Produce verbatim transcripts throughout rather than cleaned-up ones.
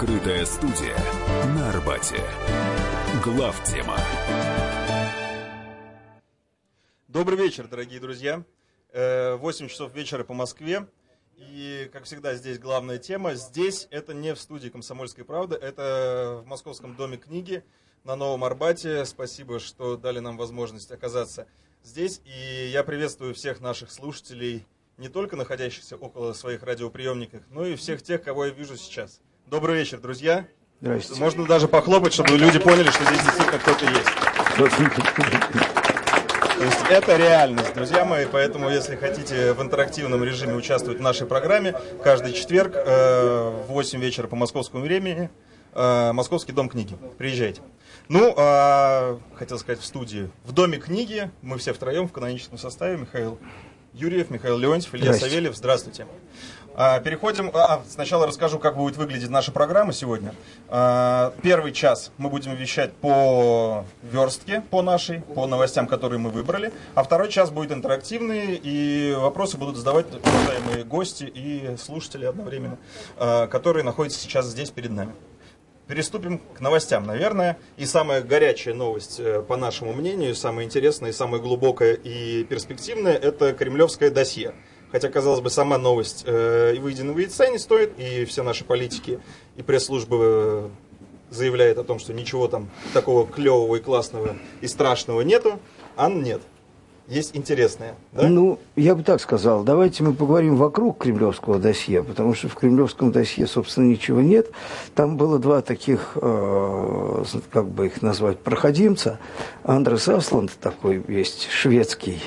Открытая студия на Арбате. Главтема. Добрый вечер, дорогие друзья. восемь часов вечера по Москве. И, как всегда, здесь главная тема. Здесь это не в студии «Комсомольской правды», это в Московском доме книги на Новом Арбате. Спасибо, что дали нам возможность оказаться здесь. И я приветствую всех наших слушателей, не только находящихся около своих радиоприемников, но и всех тех, кого я вижу сейчас. Добрый вечер, друзья. Здравствуйте. Можно даже похлопать, чтобы люди поняли, что здесь действительно кто-то есть. То есть это реальность, друзья мои, поэтому если хотите в интерактивном режиме участвовать в нашей программе, каждый четверг э, в восемь вечера по московскому времени, э, Московский дом книги. Приезжайте. Ну, э, хотел сказать в студии. В доме книги мы все втроем в каноническом составе. Михаил Юрьев, Михаил Леонтьев, Илья Савельев. Здравствуйте. Переходим. А, сначала расскажу, как будет выглядеть наша программа сегодня. Первый час мы будем вещать по верстке, по нашей, по новостям, которые мы выбрали. А второй час будет интерактивный, и вопросы будут задавать уважаемые гости и слушатели одновременно, которые находятся сейчас здесь перед нами. Переступим к новостям, наверное. И самая горячая новость, по нашему мнению, самая интересная, и самая глубокая и перспективная, это кремлевское досье. Хотя, казалось бы, сама новость э, и выеденного яйца не стоит, и все наши политики и пресс-службы заявляют о том, что ничего там такого клевого и классного и страшного нету, а нет. Есть интересное, да? Ну, я бы так сказал, давайте мы поговорим вокруг кремлевского досье, потому что в кремлевском досье, собственно, ничего нет. Там было два таких, э, как бы их назвать, проходимца. Андрес Асланд, такой есть шведский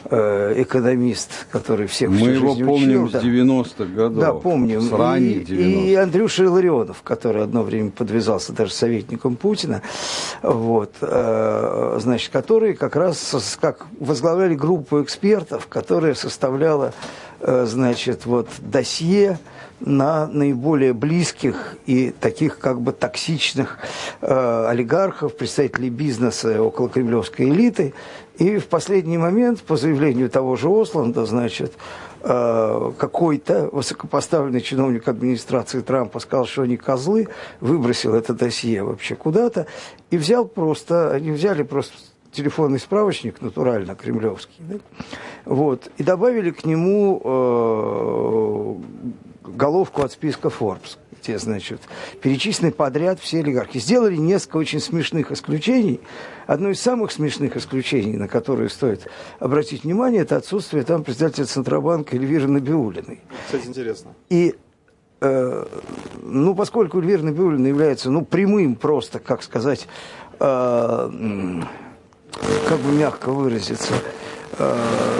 экономист, который всех Мы его помним учил, с девяностых годов. Да, помним. С ранних девяностых. И Андрюша Илларионов, который одно время подвязался даже советником Путина, вот, значит, которые как раз как возглавляли группу экспертов, которая составляла, значит, вот, досье на наиболее близких и таких как бы токсичных э, олигархов, представителей бизнеса около кремлевской элиты. И в последний момент, по заявлению того же Осланда, значит, э, какой-то высокопоставленный чиновник администрации Трампа сказал, что они козлы, выбросил это досье вообще куда-то и взял просто, они взяли просто телефонный справочник, натурально кремлевский, да? Вот, и добавили к нему э, головку от списка Forbes, где, значит, перечислены подряд все олигархи. Сделали несколько очень смешных исключений. Одно из самых смешных исключений, на которые стоит обратить внимание, это отсутствие там председателя Центробанка Эльвиры Набиуллиной. Кстати, интересно. И, э, ну, поскольку Эльвира Набиуллина является, ну, прямым просто, как сказать, э, как бы мягко выразиться, э,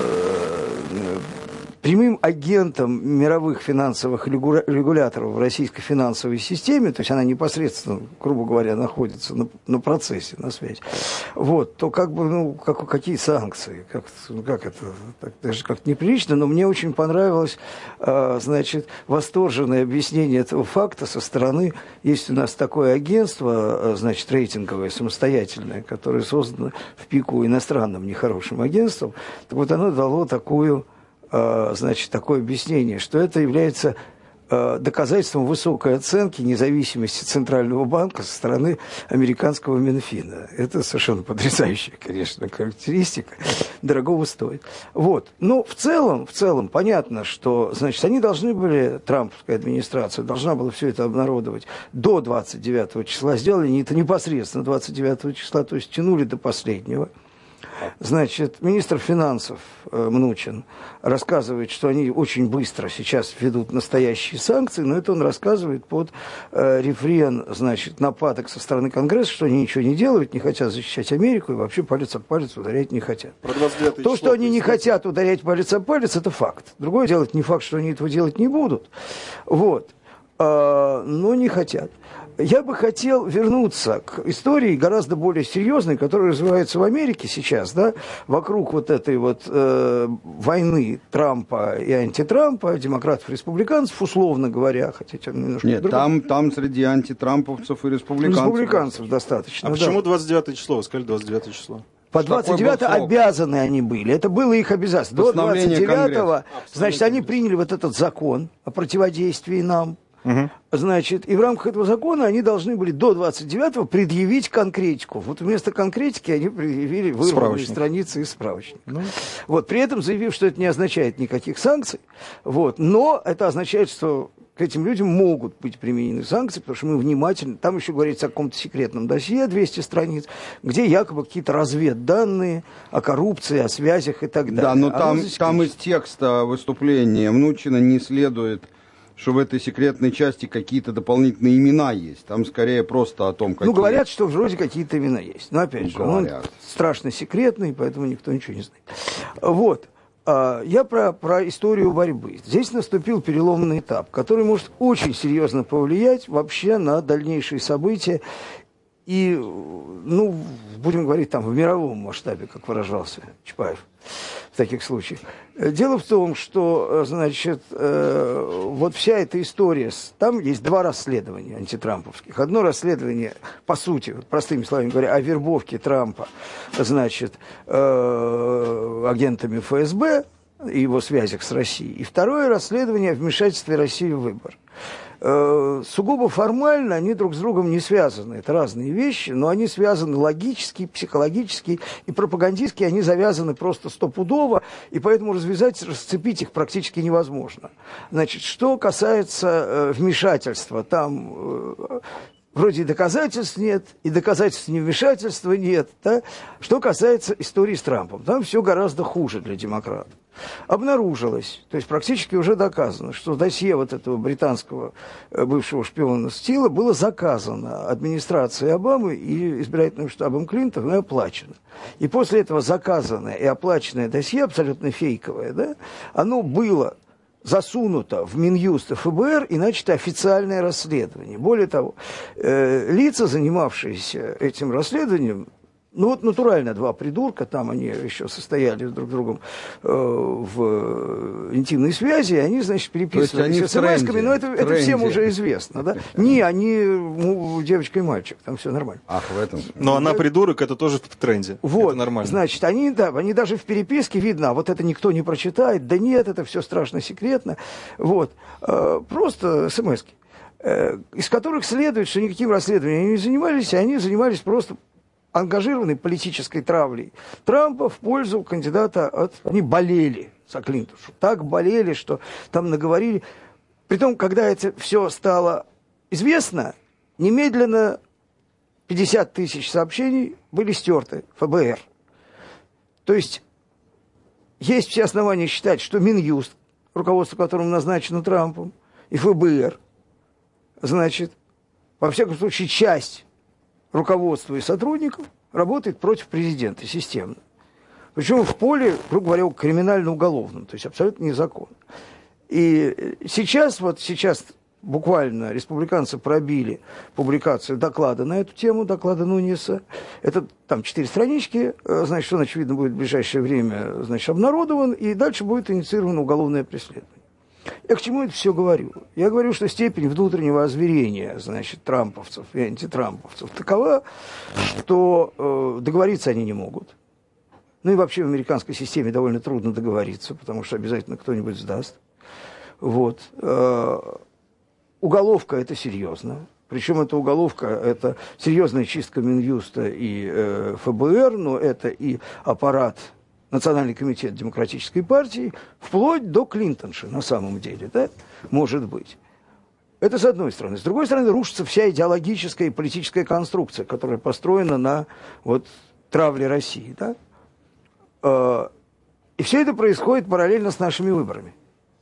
прямым агентом мировых финансовых регуляторов в российской финансовой системе, то есть она непосредственно, грубо говоря, находится на, на процессе, на связи, вот, то как бы, ну, как, какие санкции, как, ну, как это, так, даже как-то неприлично, но мне очень понравилось, э, значит, восторженное объяснение этого факта со стороны, есть у нас такое агентство, значит, рейтинговое, самостоятельное, которое создано в пику иностранным нехорошим агентством, так вот оно дало такую... значит, такое объяснение, что это является э, доказательством высокой оценки независимости Центрального банка со стороны американского Минфина. Это совершенно потрясающая, конечно, характеристика, дорогого стоит. Вот. Но в целом, в целом понятно, что, значит, они должны были, трамповская администрация должна была все это обнародовать до двадцать девятого числа, сделали это непосредственно двадцать девятого числа, то есть тянули до последнего. Значит, министр финансов э, Мнучин рассказывает, что они очень быстро сейчас ведут настоящие санкции, но это он рассказывает под э, рефрен, значит, нападок со стороны Конгресса, что они ничего не делают, не хотят защищать Америку и вообще палец об палец ударять не хотят. То, что они не хотят ударять палец об палец, это факт. Другое дело, не факт, что они этого делать не будут. Вот. А, но не хотят. Я бы хотел вернуться к истории гораздо более серьезной, которая развивается в Америке сейчас, да, вокруг вот этой вот э, войны Трампа и антитрампа, демократов и республиканцев, условно говоря, хотя немножко Нет, там, там среди антитрамповцев и республиканцев. Республиканцев достаточно. А да. почему двадцать девятое число? Вы сказали двадцать девятое число. По двадцать девятому обязаны они были. Это было их обязательство. До двадцать девятого, значит, они приняли вот этот закон о противодействии нам. Угу. Значит, и в рамках этого закона они должны были до двадцать девятого предъявить конкретику. Вот вместо конкретики они предъявили вырванные страницы из справочника. Ну. Вот, при этом заявив, что это не означает никаких санкций, вот, но это означает, что к этим людям могут быть применены санкции, потому что мы внимательно... Там еще говорится о каком-то секретном досье, двести страниц, где якобы какие-то разведданные о коррупции, о связях и так далее. Да, но а там, там из текста выступления Мнучина не следует, что в этой секретной части какие-то дополнительные имена есть. Там скорее просто о том, какие... Ну, говорят, что вроде какие-то имена есть. Но, опять же, он страшно секретный, поэтому никто ничего не знает. Вот. Я про, про историю борьбы. Здесь наступил переломный этап, который может очень серьезно повлиять вообще на дальнейшие события. И, ну, будем говорить, там, в мировом масштабе, как выражался Чапаев в таких случаях. Дело в том, что, значит, э, вот вся эта история, там есть два расследования антитрамповских. Одно расследование, по сути, вот простыми словами говоря, о вербовке Трампа, значит, э, агентами эф эс бэ и его связях с Россией. И второе расследование о вмешательстве России в выбор. Э, сугубо формально они друг с другом не связаны. Это разные вещи, но они связаны логически, психологически и пропагандистски. Они завязаны просто стопудово, и поэтому развязать, расцепить их практически невозможно. Значит, что касается э, вмешательства, там... Э, Вроде и доказательств нет, и доказательств невмешательства нет. Да? Что касается истории с Трампом, там все гораздо хуже для демократов. Обнаружилось, то есть практически уже доказано, что досье вот этого британского бывшего шпиона Стила было заказано администрацией Обамы и избирательным штабом Клинтона и оплачено. И после этого заказанное и оплаченное досье, абсолютно фейковое, да, оно было... засунуто в Минюст и эф бэ эр и начато официальное расследование. Более того, э, лица, занимавшиеся этим расследованием, ну вот натурально два придурка, там они еще состояли друг с другом э, в интимной связи, они, значит, переписывались с смс-ками, но это, это всем уже известно. Да? Не, они ну, девочка и мальчик, там все нормально. Ах, в этом. Но она придурок, это тоже в тренде. Вот, это нормально. Значит, они, да, они даже в переписке видно, а вот это никто не прочитает, да нет, это все страшно секретно. Вот, э, просто смс-ки, э, из которых следует, что никаким расследованием они не занимались, и они занимались просто... ангажированной политической травлей Трампа в пользу кандидата от... Они болели за Клинтошу. Так болели, что там наговорили. Притом, когда это все стало известно, немедленно пятьдесят тысяч сообщений были стерты эф бэ эр. То есть, есть все основания считать, что Минюст, руководство которым назначено Трампом, и эф бэ эр, значит, во всяком случае, часть руководства и сотрудников работает против президента системно. Причем в поле, грубо говоря, криминально-уголовном, то есть абсолютно незаконно. И сейчас, вот сейчас буквально республиканцы пробили публикацию доклада на эту тему, доклада Нуньеса. Это там четыре странички, значит, он, очевидно, будет в ближайшее время, значит, обнародован, и дальше будет инициировано уголовное преследование. Я к чему это все говорю? Я говорю, что степень внутреннего озверения, значит, трамповцев и антитрамповцев такова, что э, договориться они не могут. Ну и вообще в американской системе довольно трудно договориться, потому что обязательно кто-нибудь сдаст. Вот. Э, уголовка – это серьезно. Причем эта уголовка – это серьезная чистка Минюста и э, эф бэ эр, но это и аппарат Национальный комитет Демократической партии, вплоть до Клинтонши, на самом деле, да, может быть. Это с одной стороны. С другой стороны, рушится вся идеологическая и политическая конструкция, которая построена на вот, травле России, да. И все это происходит параллельно с нашими выборами.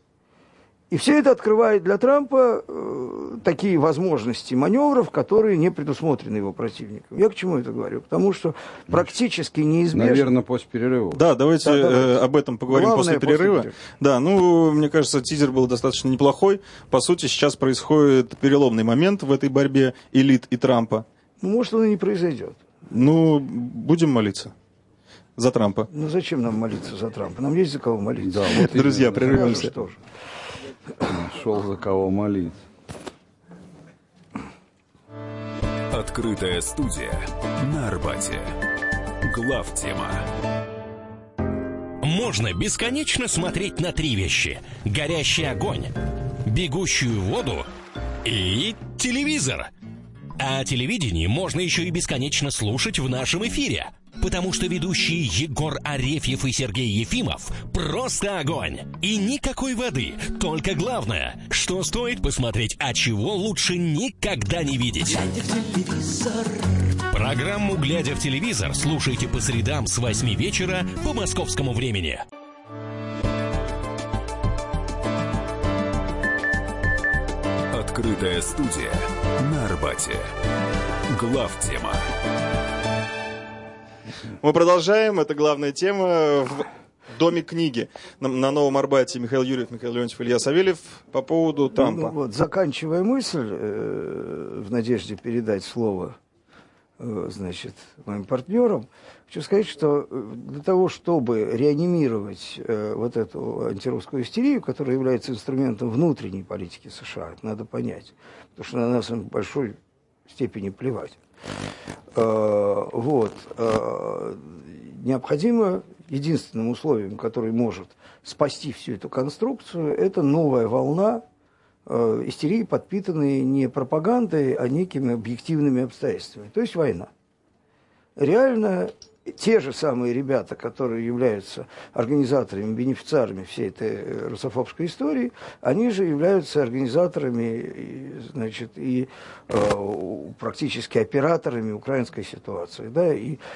И все это открывает для Трампа э, такие возможности маневров, которые не предусмотрены его противником. Я к чему это говорю? Потому что практически неизбежно... Наверное, после перерыва. Да, давайте, да, давайте. Э, об этом поговорим Главное, после перерыва. После перерыва. Да, ну, мне кажется, тизер был достаточно неплохой. По сути, сейчас происходит переломный момент в этой борьбе элит и Трампа. Ну, может, он и не произойдет. Ну, будем молиться. За Трампа. Ну, зачем нам молиться за Трампа? Нам есть за кого молиться. Да, вот друзья, прервемся. Тоже. Нашел за кого молиться. Открытая студия на Арбате. Главтема. Можно бесконечно смотреть на три вещи: горящий огонь, бегущую воду и телевизор. А телевидение можно еще и бесконечно слушать в нашем эфире, потому что ведущие Егор Арефьев и Сергей Ефимов просто огонь. И никакой воды, только главное, что стоит посмотреть, а чего лучше никогда не видеть. Глядя в телевизор. Программу «Глядя в телевизор» слушайте по средам с восьми вечера по московскому времени. Открытая студия на Арбате. Главтема. Мы продолжаем. Это главная тема в Доме книги. На, на Новом Арбате Михаил Юрьев, Михаил Леонтьев, Илья Савельев по поводу Трампа. Ну, вот, заканчивая мысль, э, в надежде передать слово э, значит, моим партнерам, хочу сказать, что для того, чтобы реанимировать э, вот эту антирусскую истерию, которая является инструментом внутренней политики США, это надо понять, потому что на нас им в большой степени плевать. Э, вот. Э, необходимо, единственным условием, которое может спасти всю эту конструкцию, это новая волна э, истерии, подпитанной не пропагандой, а некими объективными обстоятельствами, то есть война. Реально те же самые ребята, которые являются организаторами, бенефициарами всей этой русофобской истории, они же являются организаторами, значит, и э, практически операторами украинской ситуации, да, и э,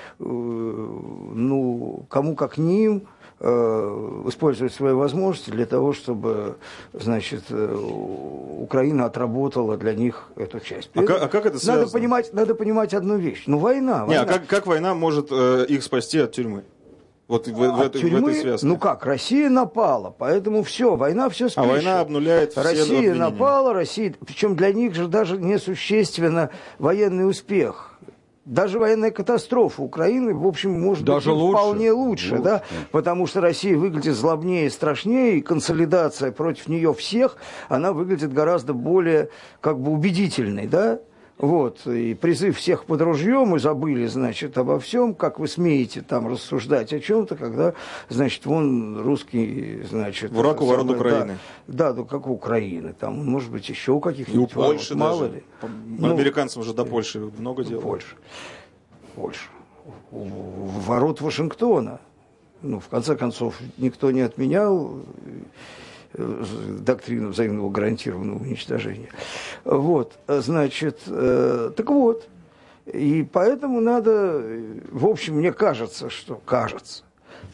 ну, кому как не им э, использовать свои возможности для того, чтобы, значит, э, Украина отработала для них эту часть. А, как, а как это связано? Надо понимать, надо понимать одну вещь. Ну, война. война. Не, а как, как война может э, их спасти от тюрьмы? Вот в, в, От в, тюрьмы, в этой связке. Ну как, Россия напала, поэтому все, война все спишет. А война обнуляет все Россия обвинения. напала, Россия, причем для них же даже несущественно военный успех. Даже военная катастрофа Украины, в общем, может даже быть лучше. вполне лучше, лучше, да, потому что Россия выглядит злобнее и страшнее, и консолидация против нее всех, она выглядит гораздо более, как бы, убедительной, да. Вот, и призыв всех под ружьем, мы забыли, значит, обо всем, как вы смеете там рассуждать о чем-то, когда, значит, вон русский, значит... Враг у ворот самый, Украины. Да, да, как у Украины, там, может быть, еще у каких-нибудь И у Польши ворот, мало даже. ли. Ну, американцам уже до Польши много дел. Польша. Польша. У, у ворот Вашингтона. Ну, в конце концов, никто не отменял доктрину взаимного гарантированного уничтожения. Вот, значит, э, так вот, и поэтому надо, в общем, мне кажется, что, кажется,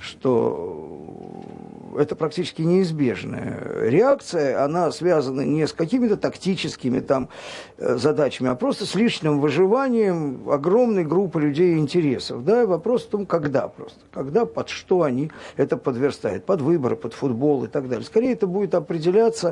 что это практически неизбежная реакция, она связана не с какими-то тактическими там задачами, а просто с личным выживанием огромной группы людей и интересов. Да? Вопрос в том, когда просто, когда, под что они это подверстают, под выборы, под футбол и так далее. Скорее это будет определяться,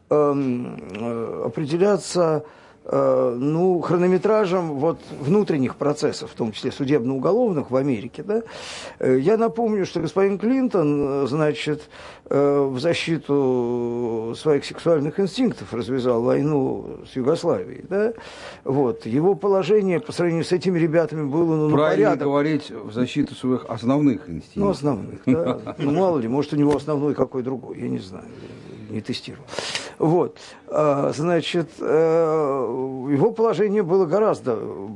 э, определяться ну, хронометражем вот внутренних процессов, в том числе судебно-уголовных в Америке, да. Я напомню, что господин Клинтон, значит, в защиту своих сексуальных инстинктов развязал войну с Югославией, да. Вот. Его положение по сравнению с этими ребятами было, ну, на правильно порядок. говорить в защиту своих основных инстинктов. Ну, основных, да. Ну, мало ли, может, у него основной какой другой, я не знаю, не тестировал. Вот, значит, его положение было гораздо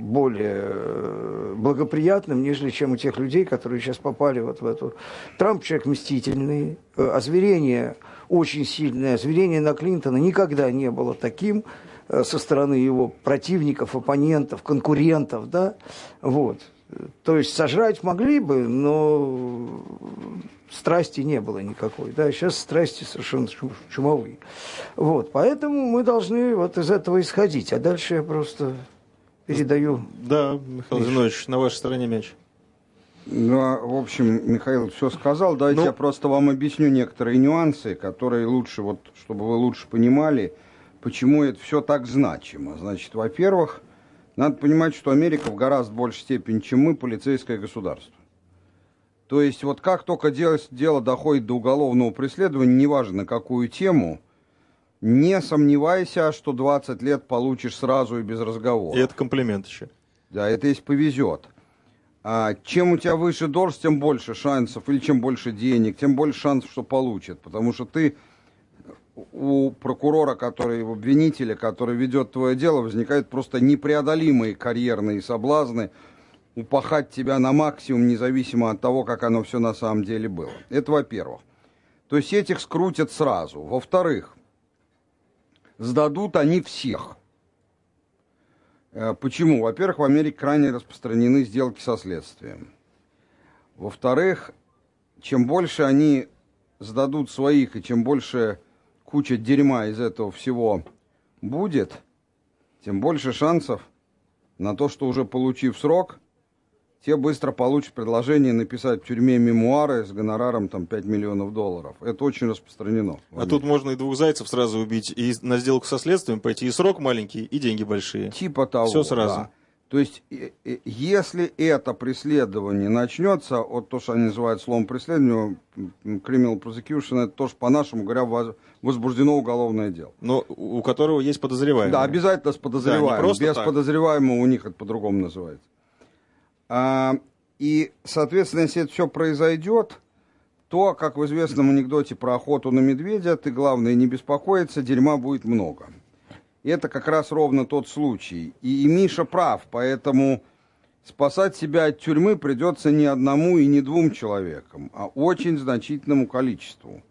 более благоприятным, нежели чем у тех людей, которые сейчас попали вот в эту... Трамп человек мстительный, озверение очень сильное, озверение на Клинтона никогда не было таким со стороны его противников, оппонентов, конкурентов, да, вот. То есть сожрать могли бы, но страсти не было никакой. Да, сейчас страсти совершенно чумовые. Вот, поэтому мы должны вот из этого исходить. А дальше я просто передаю. Да, Михаил Зинович, на вашей стороне мяч. Ну, в общем, Михаил все сказал. Давайте ну, я просто вам объясню некоторые нюансы, которые лучше, вот, чтобы вы лучше понимали, почему это все так значимо. Значит, во-первых, надо понимать, что Америка в гораздо большей степени, чем мы, полицейское государство. То есть, вот как только дело, дело доходит до уголовного преследования, неважно на какую тему, не сомневайся, что двадцать лет получишь сразу и без разговора. И это комплимент еще. Да, это если повезет. А чем у тебя выше должность, тем больше шансов, или чем больше денег, тем больше шансов, что получат. Потому что ты у прокурора, который, у обвинителя, который ведет твое дело, возникают просто непреодолимые карьерные соблазны упахать тебя на максимум, независимо от того, как оно все на самом деле было. Это во-первых. То есть этих скрутят сразу. Во-вторых, сдадут они всех. Почему? Во-первых, в Америке крайне распространены сделки со следствием. Во-вторых, чем больше они сдадут своих, и чем больше куча дерьма из этого всего будет, тем больше шансов на то, что уже получив срок, те быстро получат предложение написать в тюрьме мемуары с гонораром там, пять миллионов долларов. Это очень распространено. А тут можно и двух зайцев сразу убить, и на сделку со следствием пойти, и срок маленький, и деньги большие. Типа того. Все сразу. Да. То есть, если это преследование начнется, вот то, что они называют словом преследование, criminal prosecution, это тоже, по-нашему говоря, возбуждено уголовное дело. Но у которого есть подозреваемый. Да, обязательно с подозреваемым. Да, без так. подозреваемого у них это по-другому называется. А, и, соответственно, если это все произойдет, то, как в известном анекдоте про охоту на медведя, ты, главное, не беспокоиться, дерьма будет много. И это как раз ровно тот случай. И, и Миша прав, поэтому спасать себя от тюрьмы придется не одному и не двум человекам, а очень значительному количеству.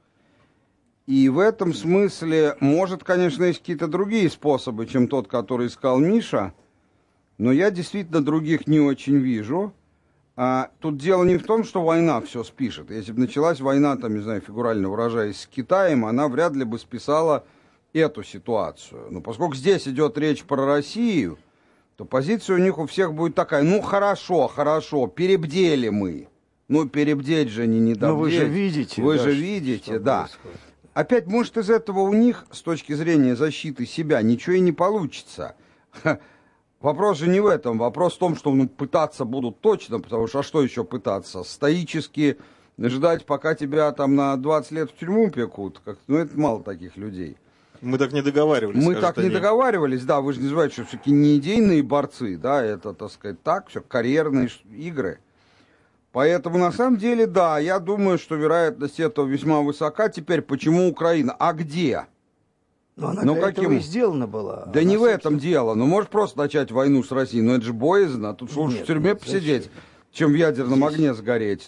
И в этом смысле, может, конечно, есть какие-то другие способы, чем тот, который искал Миша, но я действительно других не очень вижу. А тут дело не в том, что война все спишет. Если бы началась война, там, не знаю, фигурально выражаясь, с Китаем, она вряд ли бы списала эту ситуацию. Но поскольку здесь идет речь про Россию, то позиция у них у всех будет такая: ну хорошо, хорошо, перебдели мы. Ну перебдеть же не недобдеть. Но вы же видите. Вы да, же видите, да. Происходит. Опять, может, из этого у них, с точки зрения защиты себя, ничего и не получится. Вопрос же не в этом. Вопрос в том, что ну, пытаться будут точно, потому что а что еще пытаться? Стоически ждать, пока тебя там на двадцать лет в тюрьму пекут? Как, ну, это мало таких людей. Мы так не договаривались. Мы так не они. договаривались, да, вы же не называете, что все-таки не идейные борцы, да, это, так сказать, так, все карьерные игры. Поэтому, на самом деле, да, я думаю, что вероятность этого весьма высока. Теперь, почему Украина? А где? Но она ну, для каким? этого и сделана была. Да она не в этом собственно... дело. Ну, можешь просто начать войну с Россией, но это же боязно. Тут лучше нет, в тюрьме нет, посидеть, зачем? чем в ядерном Здесь... огне сгореть.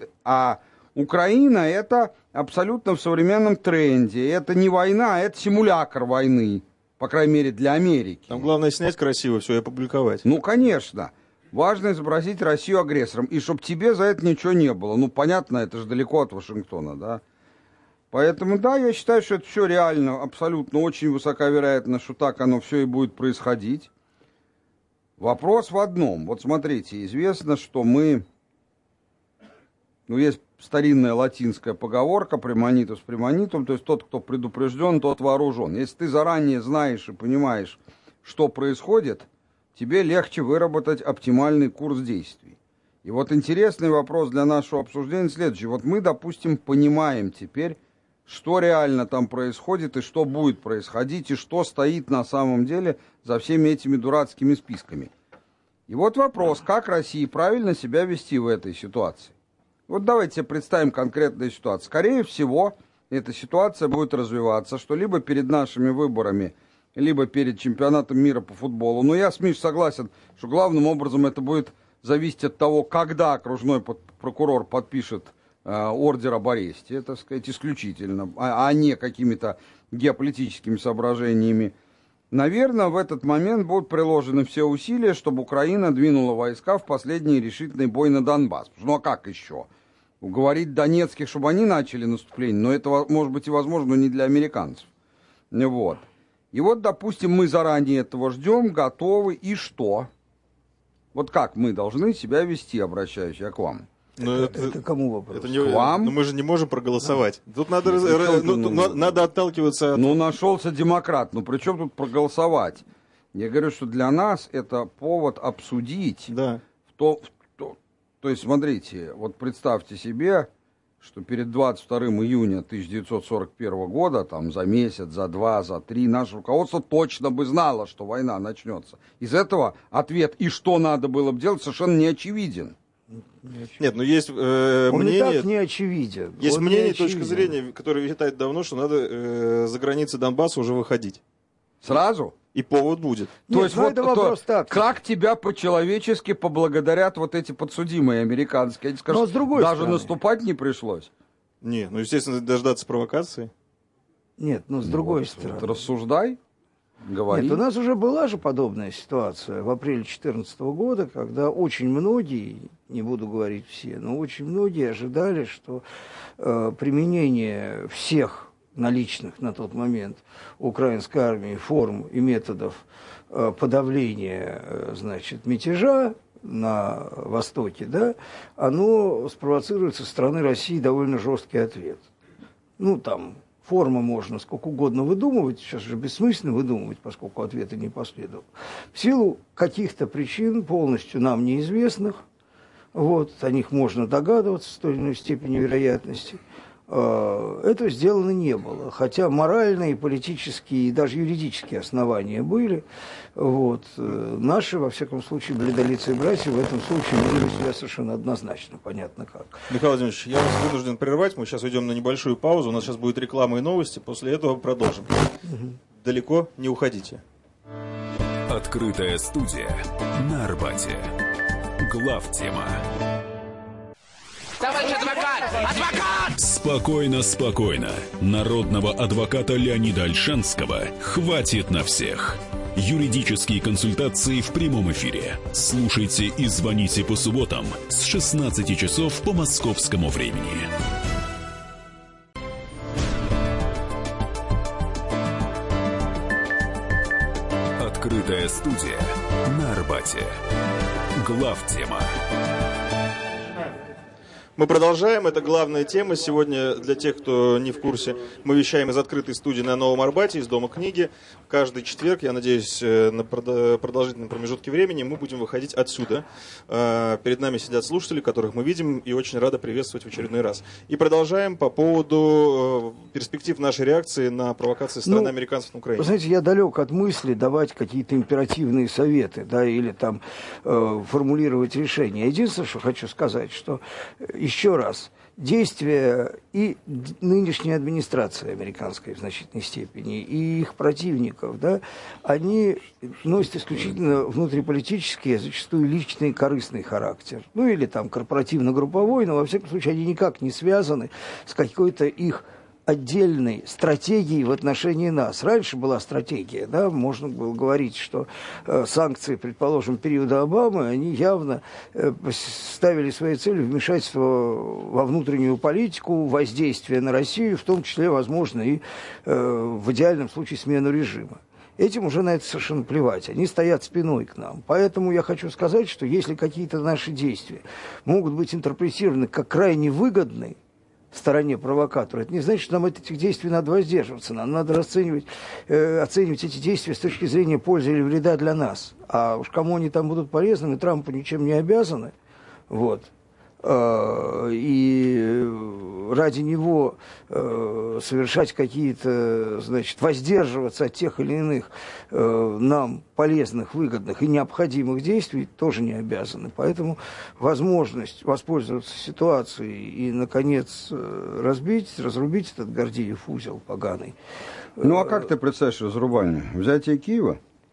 А Украина — это абсолютно в современном тренде. Это не война, а это симулятор войны. По крайней мере, для Америки. Там главное снять красиво все и опубликовать. Ну, конечно. Важно изобразить Россию агрессором. И чтобы тебе за это ничего не было. Ну, понятно, это же далеко от Вашингтона, да. Поэтому, да, я считаю, что это все реально, абсолютно, очень высока вероятность, что так оно все и будет происходить. Вопрос в одном. Вот смотрите, известно, что мы... Ну, есть старинная латинская поговорка «премонитус премонитум», то есть тот, кто предупрежден, тот вооружен. Если ты заранее знаешь и понимаешь, что происходит, тебе легче выработать оптимальный курс действий. И вот интересный вопрос для нашего обсуждения следующий. Вот мы, допустим, понимаем теперь, что реально там происходит и что будет происходить, и что стоит на самом деле за всеми этими дурацкими списками. И вот вопрос, как России правильно себя вести в этой ситуации. Вот давайте представим конкретную ситуацию. Скорее всего, эта ситуация будет развиваться, что либо перед нашими выборами, либо перед чемпионатом мира по футболу. Но я с Миш согласен, что главным образом это будет зависеть от того, когда окружной прокурор подпишет э, ордер об аресте, так сказать, исключительно, а, а не какими-то геополитическими соображениями. Наверное, в этот момент будут приложены все усилия, чтобы Украина двинула войска в последний решительный бой на Донбасс. Ну а как еще? Уговорить донецких, чтобы они начали наступление, но это может быть и возможно не для американцев. Вот. И вот, допустим, мы заранее этого ждем, готовы, и что? Вот как мы должны себя вести, обращаюсь я к вам? Но это, это, это кому вопрос? Это не, к вам? Но мы же не можем проголосовать. Да. Тут надо, раз, ну, раз, ну, ну, ну, надо отталкиваться от... Ну, нашелся демократ, ну при чем тут проголосовать? Я говорю, что для нас это повод обсудить. Да. В то, в то, то есть, смотрите, вот представьте себе, что перед двадцать вторым июня тысяча девятьсот сорок первого года, там за месяц, за два, за три, наше руководство точно бы знало, что война начнется. Из этого ответ, и что надо было бы делать, совершенно не очевиден. Нет, ну есть э, Он мнение... и так не очевиден. Есть Он мнение, очевиден. точка зрения, которая витает давно, что надо э, за границы Донбасса уже выходить. Сразу? И повод будет. Нет, то есть ну вот это вопрос то, тактики. как тебя по-человечески поблагодарят вот эти подсудимые американские? Они скажут, Но с другой даже стороны. наступать не пришлось. Не, ну, естественно, дождаться провокации. Нет, ну с Ну, другой вот, стороны. вот рассуждай, говори. Нет, у нас уже была же подобная ситуация в апреле две тысячи четырнадцатого года, когда очень многие, не буду говорить все, но очень многие ожидали, что э, применение всех наличных на тот момент украинской армии форм и методов э, подавления, э, значит, мятежа на Востоке, да, оно спровоцирует со стороны России довольно жесткий ответ. Ну, там, формы можно сколько угодно выдумывать, сейчас же бессмысленно выдумывать, поскольку ответа не последовало. В силу каких-то причин, полностью нам неизвестных, вот, о них можно догадываться с той или иной степенью вероятности, этого сделано не было. Хотя моральные, политические и даже юридические основания были. Вот. Наши, во всяком случае, бледнолицые братья в этом случае вели себя совершенно однозначно, понятно как. Михаил Владимирович, я вас вынужден прервать. Мы сейчас уйдем на небольшую паузу. У нас сейчас будет реклама и новости. После этого продолжим. Угу. Далеко не уходите. Открытая студия на Арбате. Главтема. Товарищ адвокат! Адвокат! Спокойно, спокойно. Народного адвоката Леонида Ольшанского хватит на всех. Юридические консультации в прямом эфире. Слушайте и звоните по субботам с шестнадцати часов по московскому времени. Открытая студия на Арбате. Главтема. Мы продолжаем. Это главная тема. Сегодня, для тех, кто не в курсе, мы вещаем из открытой студии на Новом Арбате, из Дома книги. Каждый четверг, я надеюсь, на продолжительном промежутке времени мы будем выходить отсюда. Перед нами сидят слушатели, которых мы видим, и очень рады приветствовать в очередной раз. И продолжаем по поводу перспектив нашей реакции на провокации со стороны ну, американцев на Украине. Вы знаете, я далек от мысли давать какие-то императивные советы, да, или там э, формулировать решения. Единственное, что хочу сказать, что еще раз, действия и нынешней администрации американской в значительной степени, и их противников, да, они носят исключительно внутриполитический, а зачастую личный корыстный характер. Ну или там корпоративно-групповой, но во всяком случае они никак не связаны с какой-то их отдельной стратегией в отношении нас. Раньше была стратегия, да, можно было говорить, что э, санкции, предположим, периода Обамы, они явно э, ставили своей целью вмешательство во внутреннюю политику, воздействие на Россию, в том числе, возможно, и э, в идеальном случае смену режима. Этим уже на это совершенно плевать. Они стоят спиной к нам. Поэтому я хочу сказать, что если какие-то наши действия могут быть интерпретированы как крайне выгодные стороне провокатора, это не значит, что нам от этих действий надо воздерживаться. Нам надо расценивать, э, оценивать эти действия с точки зрения пользы или вреда для нас. А уж кому они там будут полезны, Трампу ничем не обязаны. Вот. Э, и ради него э, совершать какие-то, значит, воздерживаться от тех или иных э, нам полезных, выгодных и необходимых действий тоже не обязаны. Поэтому возможность воспользоваться ситуацией и, наконец, разбить, разрубить этот Гордиев узел поганый. Ну, а как ты представляешь разрубание? Взятие Киева?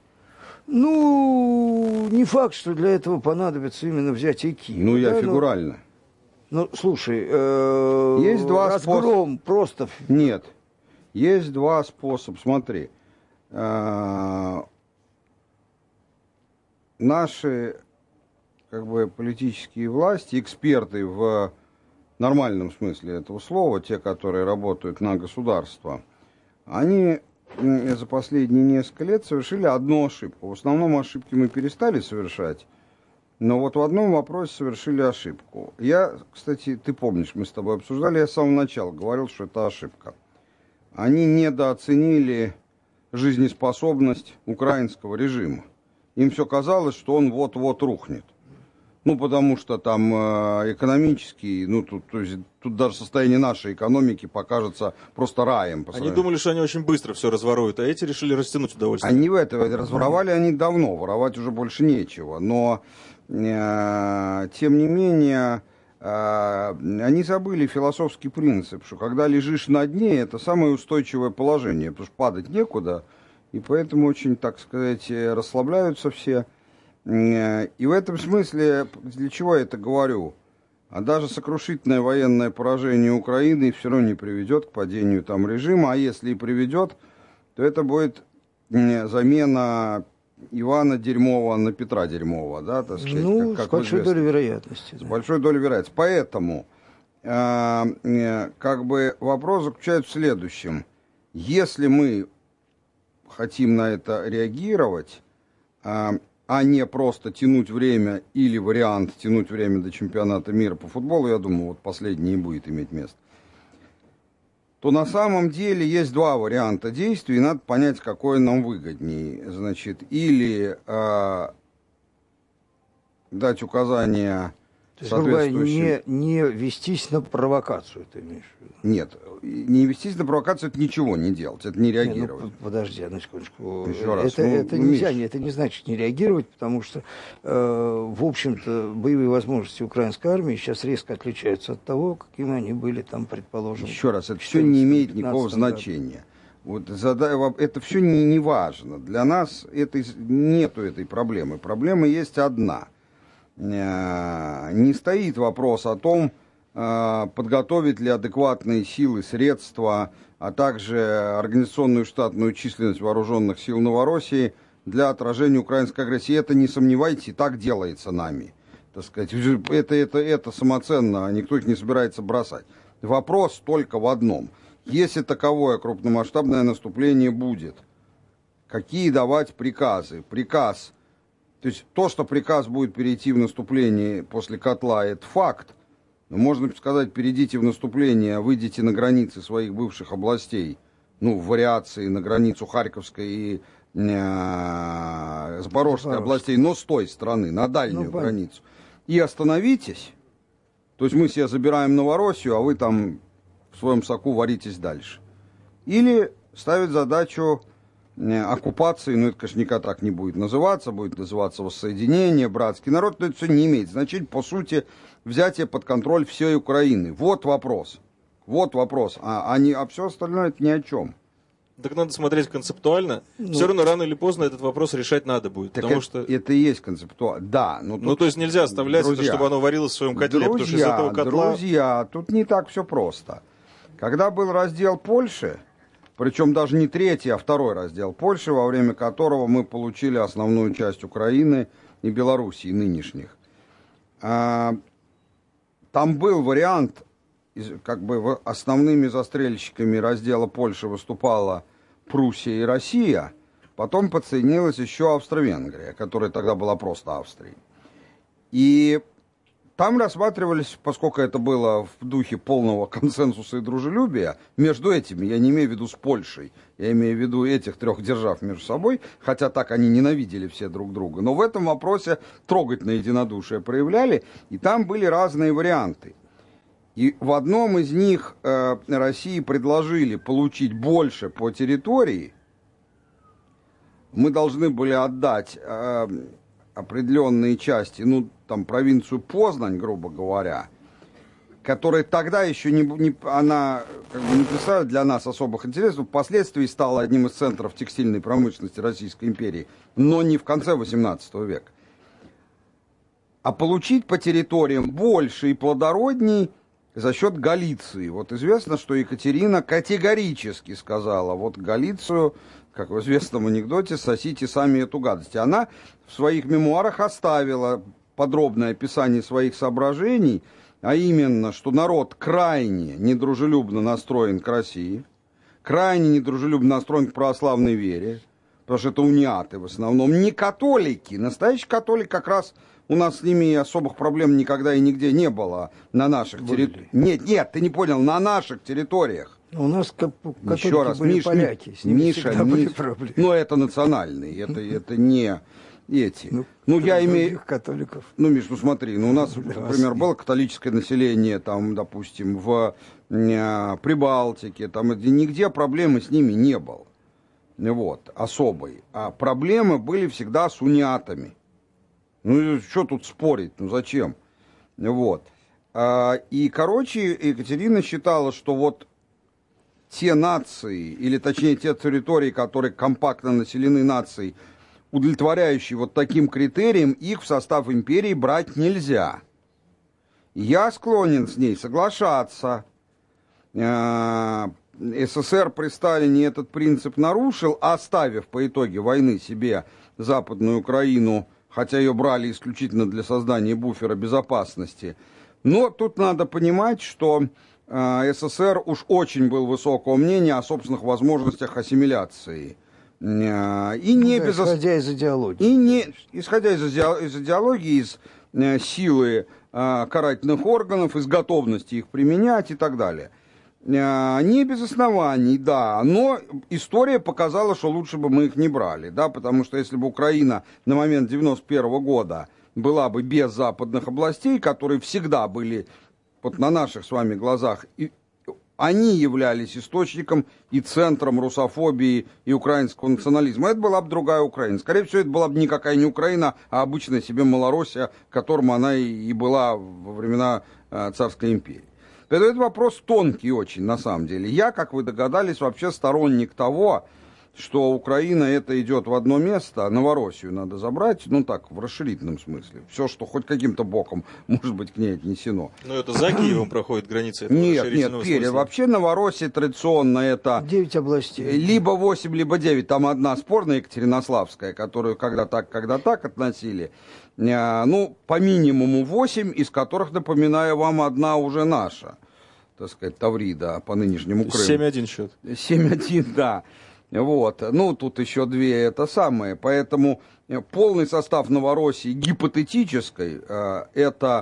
Ну, не факт, что для этого понадобится именно взятие Киева. Ну, я да, фигурально. Но, ну, слушай, э, есть два разгром способ... просто... Нет, есть два способа. Смотри, э, наши как бы политические власти, эксперты в нормальном смысле этого слова, те, которые работают на государство, они за последние несколько лет совершили одну ошибку. В основном ошибки мы перестали совершать, но вот в одном вопросе совершили ошибку. Я, кстати, ты помнишь, мы с тобой обсуждали, я с самого начала говорил, что это ошибка. Они недооценили жизнеспособность украинского режима. Им все казалось, что он вот-вот рухнет. Ну, потому что там э, экономический, ну, тут, то есть, тут даже состояние нашей экономики покажется просто раем. Они думали, что они очень быстро все разворуют, а эти решили растянуть удовольствие. Они в это, разворовали они давно, воровать уже больше нечего. Но э, тем не менее, э, они забыли философский принцип, что когда лежишь на дне, это самое устойчивое положение, потому что падать некуда, и поэтому очень, так сказать, расслабляются все. И в этом смысле, для чего я это говорю? А даже сокрушительное военное поражение Украины все равно не приведет к падению там режима, а если и приведет, то это будет замена Ивана Дерьмова на Петра Дерьмова, да, так сказать. Ну, как, как с большой долей вероятности. С да. большой долей вероятности. Поэтому, э, э, как бы вопрос заключается в следующем. Если мы хотим на это реагировать, э, а не просто тянуть время или вариант тянуть время до чемпионата мира по футболу, я думаю, вот последний и будет иметь место, то на самом деле есть два варианта действий, и надо понять, какой нам выгоднее. Значит, или э, дать указания соответствующим... Не, не вестись на провокацию, ты имеешь в виду? Нет, не вестись на провокацию, это ничего не делать, это не реагировать. Не, ну, подожди, одну секундочку. Еще раз. Это, Ну, это ну, нельзя, Миш. это не значит не реагировать, потому что, э, в общем-то, боевые возможности украинской армии сейчас резко отличаются от того, какими они были там, предположим. Еще раз, это все не имеет никакого значения. Вот, задай, это все не, не важно. Для нас это, нету этой проблемы. Проблема есть одна. Не стоит вопрос о том, подготовить ли адекватные силы, средства, а также организационную штатную численность вооруженных сил Новороссии для отражения украинской агрессии. Это, не сомневайтесь, и так делается нами. Так сказать, это, это, это самоценно, никто их не собирается бросать. Вопрос только в одном. Если таковое крупномасштабное наступление будет, какие давать приказы? Приказ, то есть то, что приказ будет перейти в наступление после котла, это факт. Но можно сказать, перейдите в наступление, выйдите на границы своих бывших областей, ну, в вариации на границу Харьковской и э, Запорожской областей, но с той стороны, на дальнюю ну, границу. И остановитесь, то есть мы себе забираем Новороссию, а вы там в своем соку варитесь дальше. Или ставить задачу э, оккупации, ну, это, конечно, никак так не будет называться, будет называться воссоединение, братский народ, но это все не имеет значения, по сути, взятие под контроль всей Украины. Вот вопрос. Вот вопрос. А, а, не, а все остальное это ни о чем. Так надо смотреть концептуально. Ну, все равно рано или поздно этот вопрос решать надо будет. Потому это, что... это и есть концептуально. Да. Но тут, ну, то есть нельзя оставлять друзья, это, чтобы оно варилось в своем котле. Друзья, потому что из этого котла... Друзья, тут не так все просто. Когда был раздел Польши, причем даже не третий, а второй раздел Польши, во время которого мы получили основную часть Украины и Белоруссии нынешних, а, там был вариант, как бы основными застрельщиками раздела Польши выступала Пруссия и Россия, потом подсоединилась еще Австро-Венгрия, которая тогда была просто Австрией. И там рассматривались, поскольку это было в духе полного консенсуса и дружелюбия, между этими, я не имею в виду с Польшей, я имею в виду этих трех держав между собой, хотя так они ненавидели все друг друга, но в этом вопросе трогательное единодушие проявляли, и там были разные варианты. И в одном из них э, России предложили получить больше по территории. Мы должны были отдать э, определенные части, ну, там, провинцию Познань, грубо говоря, которая тогда еще не, не, она, как бы, не представляет для нас особых интересов, впоследствии стала одним из центров текстильной промышленности Российской империи, но не в конце восемнадцатого века. А получить по территориям больше и плодородней за счет Галиции. Вот известно, что Екатерина категорически сказала, вот Галицию, как в известном анекдоте, сосите сами эту гадость. Она в своих мемуарах оставила подробное описание своих соображений, а именно, что народ крайне недружелюбно настроен к России, крайне недружелюбно настроен к православной вере, потому что это униаты в основном, не католики. Настоящий католик как раз... У нас с ними особых проблем никогда и нигде не было на наших территориях. Нет, нет, ты не понял, на наших территориях. У нас католики Еще раз, были Миш, поляки, с ними Миша, всегда были Миш, проблемы. Ну, это национальные, это, это не эти. Ну, ну я имею... католиков. Ну, Миш, ну смотри, ну, у нас, Раз. например, было католическое население, там, допустим, в э, Прибалтике, там, нигде проблемы с ними не было. Вот, особой. А проблемы были всегда с униатами. Ну, что тут спорить? Ну, зачем? Вот. И, короче, Екатерина считала, что вот те нации, или точнее те территории, которые компактно населены нацией, удовлетворяющие вот таким критериям, их в состав империи брать нельзя. Я склонен с ней соглашаться. СССР при Сталине этот принцип нарушил, оставив по итоге войны себе Западную Украину, хотя ее брали исключительно для создания буфера безопасности. Но тут надо понимать, что э, СССР уж очень был высокого мнения о собственных возможностях ассимиляции. Э, и не да, без... Исходя из идеологии. И не... Исходя из, иде... из идеологии, из э, силы э, карательных органов, из готовности их применять и так далее. Не без оснований, да, но история показала, что лучше бы мы их не брали, да, потому что если бы Украина на момент девяносто первого года была бы без западных областей, которые всегда были вот на наших с вами глазах, и они являлись источником и центром русофобии и украинского национализма, это была бы другая Украина. Скорее всего, это была бы никакая не Украина, а обычная себе Малороссия, которым она и была во времена Царской империи. Это, это вопрос тонкий очень, на самом деле. Я, как вы догадались, вообще сторонник того, что Украина это идет в одно место, а Новороссию надо забрать, ну так, в расширительном смысле. Все, что хоть каким-то боком может быть к ней отнесено. Но это за Киевом проходит граница этого нет, расширительного нет, перед. смысла? Вообще Новороссия традиционно это... девять областей. Либо восемь, либо девять. Там одна спорная Екатеринославская, которую когда так, когда так относили. Ну, по минимуму восемь, из которых, напоминаю вам, одна уже наша. Так сказать, Таврида по нынешнему Крыму. семь один счет. семь один, да. Вот. Ну, тут еще две это самое. Поэтому полный состав Новороссии гипотетической это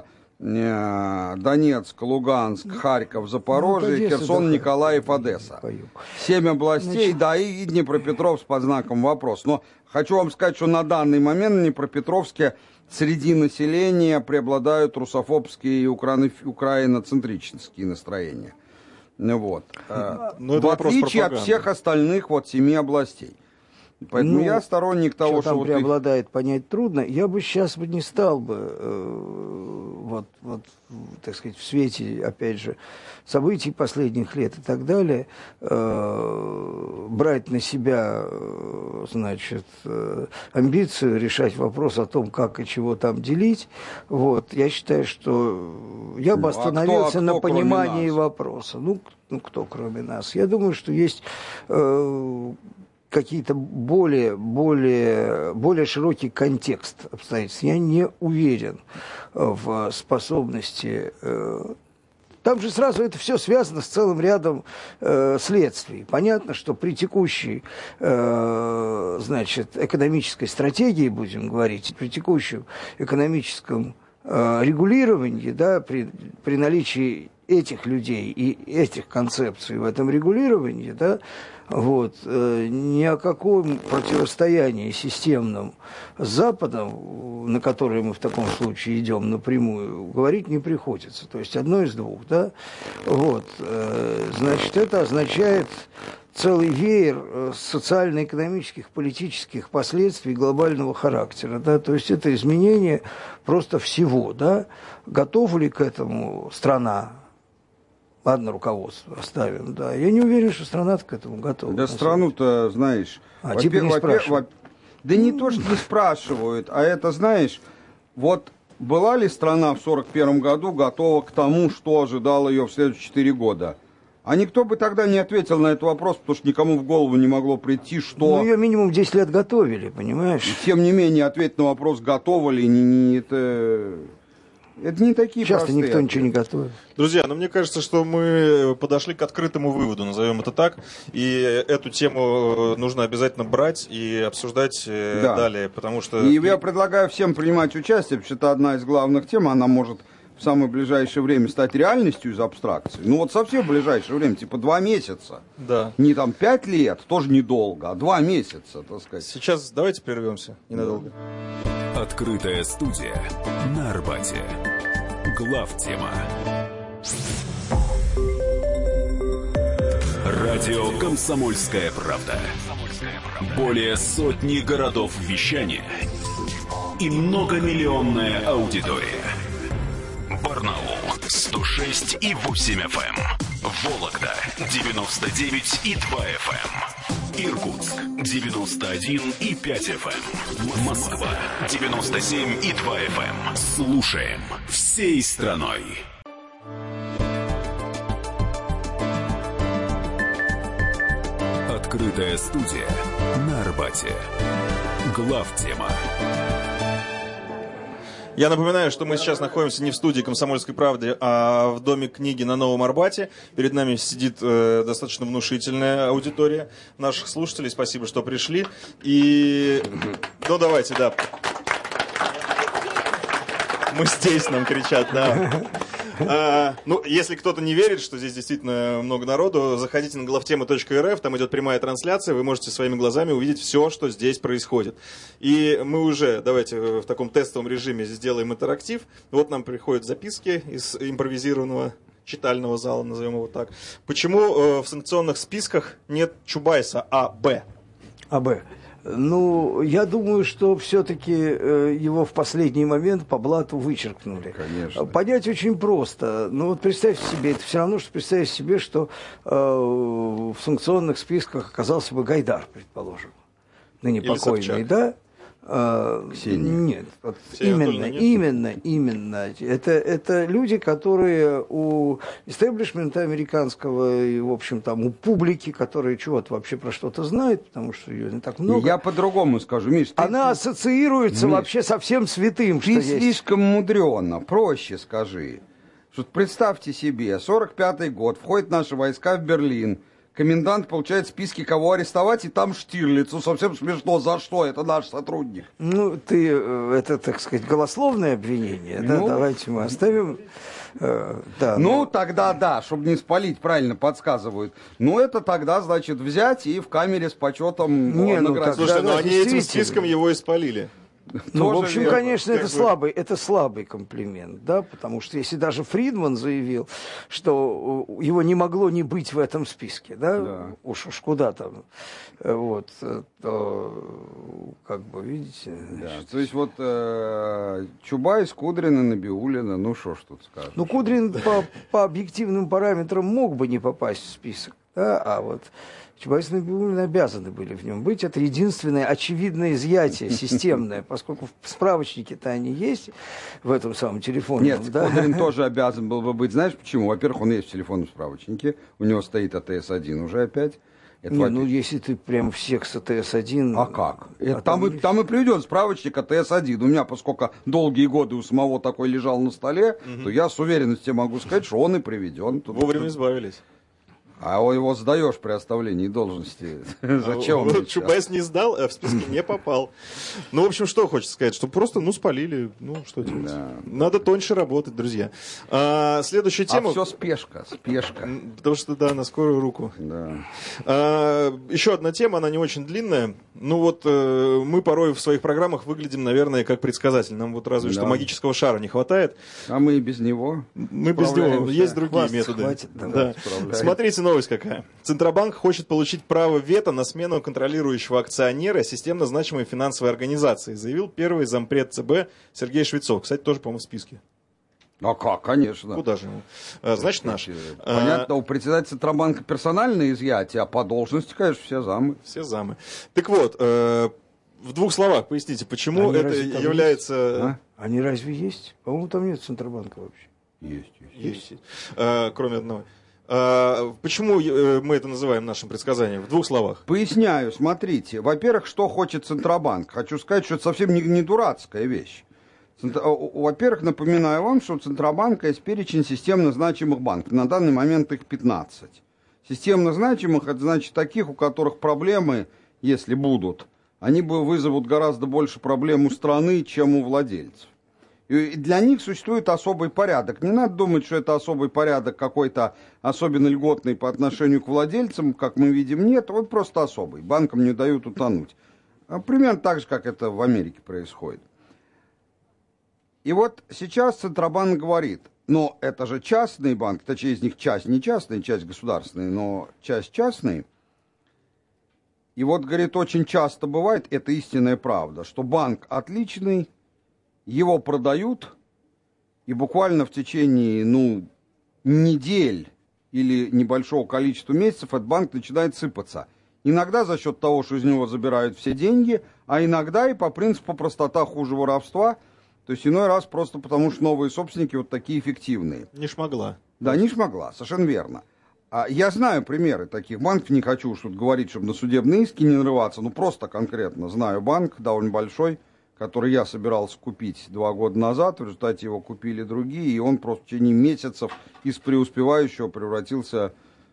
Донецк, Луганск, Харьков, Запорожье, ну, Херсон, Николаев, Одесса. Семь областей, Значит... да, и Днепропетровск под знаком вопроса. Но хочу вам сказать, что на данный момент в Днепропетровске среди населения преобладают русофобские и украиноцентрические настроения. Вот. Но в отличие от всех остальных вот семи областей. Поэтому ну, я сторонник того, что там вот преобладает, их... понять трудно. Я бы сейчас бы не стал бы, э, вот, вот, так сказать, в свете, опять же, событий последних лет и так далее, э, брать на себя, э, значит, э, амбицию решать вопрос о том, как и чего там делить. Вот. Я считаю, что я бы остановился а кто, а кто, на понимании вопроса. Ну, ну, кто кроме нас? Я думаю, что есть... Э, какие-то более, более, более широкий контекст обстоятельств. Я не уверен в способности... Там же сразу это все связано с целым рядом э, следствий. Понятно, что при текущей э, значит, экономической стратегии, будем говорить, при текущем экономическом э, регулировании, да, при, при наличии этих людей и этих концепций в этом регулировании, да, вот, э, ни о каком противостоянии системном с Западом, на которое мы в таком случае идем напрямую, говорить не приходится. То есть одно из двух, да, вот, э, значит, это означает целый веер социально-экономических, политических последствий глобального характера, да, то есть это изменение просто всего, да, готова ли к этому страна? Ладно, руководство оставим, да. Я не уверен, что страна-то к этому готова. Да страну-то, знаешь... А теперь не спрашивают. Да не то, что не спрашивают, а это, знаешь, вот была ли страна в сорок первом году готова к тому, что ожидало ее в следующие четыре года? А никто бы тогда не ответил на этот вопрос, потому что никому в голову не могло прийти, что... Ну, ее минимум десять лет готовили, понимаешь? И, тем не менее, ответить на вопрос, готова ли, не, не, это... Это не такие Часто простые никто ответы. Ничего не готовит. Друзья, ну мне кажется, что мы подошли к открытому выводу, назовем это так. И эту тему нужно обязательно брать и обсуждать да. далее, потому что... И я предлагаю всем принимать участие, потому что это одна из главных тем, она может в самое ближайшее время стать реальностью из абстракции. Ну вот совсем в ближайшее время, типа два месяца. Да. Не там пять лет, тоже недолго, а два месяца, так сказать. Сейчас давайте прервемся ненадолго. Открытая студия на Арбате. Главтема. Радио «Комсомольская правда». Более сотни городов вещания и многомиллионная аудитория. Барнаул сто шесть и восемь эф эм, Вологда девяносто девять и два эф эм, Иркутск девяносто один и пять эф эм, Москва девяносто семь и два эф эм. Слушаем всей страной. Открытая студия на Арбате. Главтема. Я напоминаю, что мы сейчас находимся не в студии «Комсомольской правды», а в Доме книги на Новом Арбате. Перед нами сидит э, достаточно внушительная аудитория наших слушателей. Спасибо, что пришли. И... Ну, давайте, да. Мы здесь, нам кричат, да. А, ну, если кто-то не верит, что здесь действительно много народу, заходите на главтема точка эр эф, там идет прямая трансляция, вы можете своими глазами увидеть все, что здесь происходит. И мы уже, давайте в таком тестовом режиме сделаем интерактив. Вот нам приходят записки из импровизированного читального зала, назовем его так. Почему э, в санкционных списках нет Чубайса А Б? А Б. Ну, я думаю, что все-таки э, его в последний момент по блату вычеркнули. Конечно. Понять очень просто. Ну, вот представьте себе, это все равно, что представить себе, что э, в санкционных списках оказался бы Гайдар, предположим. Ныне Или покойный, Собчак. Да? А, нет, вот именно, нет? именно, именно. Это, это люди, которые у истеблишмента американского и, в общем, там, у публики, которые чего-то вообще про что-то знают, потому что ее не так много. Я по-другому скажу, Миш. Ты, Она ассоциируется Миш, вообще со всем святым, ты что есть. слишком мудренно, проще скажи. Что представьте себе, сорок пятый год, входят наши войска в Берлин. Комендант получает списки, кого арестовать, и там Штирлиц. Ну, совсем смешно. За что? Это наш сотрудник. Ну, ты, это, так сказать, голословное обвинение. Да? Ну, Давайте мы оставим. Э, да, ну, но... тогда да, чтобы не спалить, правильно подсказывают. Ну, это тогда, значит, взять и в камере с почетом Не, ну, наградить. тогда- Слушайте, да, но они этим действительно. списком его и спалили. Ну, в Тоже общем, верно. конечно, Как это бы- слабый, это слабый комплимент, да, потому что если даже Фридман заявил, что э, его не могло не быть в этом списке, да, Да. уж, уж куда там, э, вот, э, то, как бы, видите, Да, то есть вот э, Чубайс, Кудрина, Набиуллина, ну что ж тут скажешь. ну, Кудрин по, по объективным параметрам мог бы не попасть в список, да, а вот Чубайс и Набиуллина обязаны были в нем быть. Это единственное очевидное изъятие системное, поскольку в справочнике-то они есть, в этом самом телефоне. Нет, да? Кудрин тоже обязан был бы быть. Знаешь почему? Во-первых, он есть в телефонном справочнике, у него стоит А Т С один уже опять. Это Не, ну, если ты прям всех с А Т С один... А как? Это, а там, там и, там и приведен справочник А Т С один. У меня, поскольку долгие годы у самого такой лежал на столе, то я с уверенностью могу сказать, что он и приведен. Тут- Вовремя избавились. А его сдаешь при оставлении должности. Зачем? он Вот сейчас? Чубайс не сдал, а в списке не попал. Ну, в общем, что хочется сказать, что просто, ну, спалили, ну, что делать. Да. Надо тоньше работать, друзья. А, следующая тема... А все спешка, спешка. М, Потому что, да, на скорую руку. Да. А, еще одна тема, она не очень длинная. Ну вот, э, мы порой в своих программах выглядим, наверное, как предсказатель. Нам вот разве Да. что магического шара не хватает. А мы и без него. Мы без него. Справляемся. Есть другие Хвастаться методы. хватит, да. Да. Справляемся. Смотрите, новость какая. Центробанк хочет получить право вето на смену контролирующего акционера системно значимой финансовой организации, заявил первый зампред Ц Б Сергей Швецов. Кстати, тоже, по-моему, в списке. А как, конечно. Куда же ему? А, Значит, наш. Понятно, у председателя Центробанка персональное изъятие, а по должности, конечно, все замы. Все замы. Так вот, э, в двух словах поясните, почему Они это разве там является... А? Они разве есть? По-моему, там нет Центробанка вообще. Есть, есть. Есть. Э, кроме одного. Э, почему э, мы это называем нашим предсказанием? В двух словах. Поясняю, смотрите. Во-первых, что хочет Центробанк? Хочу сказать, что это совсем не, не дурацкая вещь. Центр- Во-первых, напоминаю вам, что у Центробанка есть перечень системно значимых банков. На данный момент их пятнадцать. Системно значимых, это значит таких, у которых проблемы, если будут, они бы вызовут гораздо больше проблем у страны, чем у владельцев. И для них существует особый порядок. Не надо думать, что это особый порядок какой-то особенно льготный по отношению к владельцам, как мы видим. Нет, вот просто особый. Банкам не дают утонуть. А примерно так же, как это в Америке происходит. И вот сейчас Центробанк говорит, но это же частный банк, точнее из них часть не частная, часть государственная, но часть частная. И вот, говорит, очень часто бывает, это истинная правда, что банк отличный, его продают, и буквально в течение, ну, недель или небольшого количества месяцев этот банк начинает сыпаться. Иногда за счет того, что из него забирают все деньги, а иногда и по принципу простота хуже воровства. То есть иной раз просто потому, что новые собственники вот такие эффективные. Не шмогла. Да, не шмогла, совершенно верно. А я знаю примеры таких банков, не хочу уж тут говорить, чтобы на судебные иски не нарываться, но просто конкретно знаю банк довольно большой, который я собирался купить два года назад, в результате его купили другие, и он просто в течение месяцев из преуспевающего превратился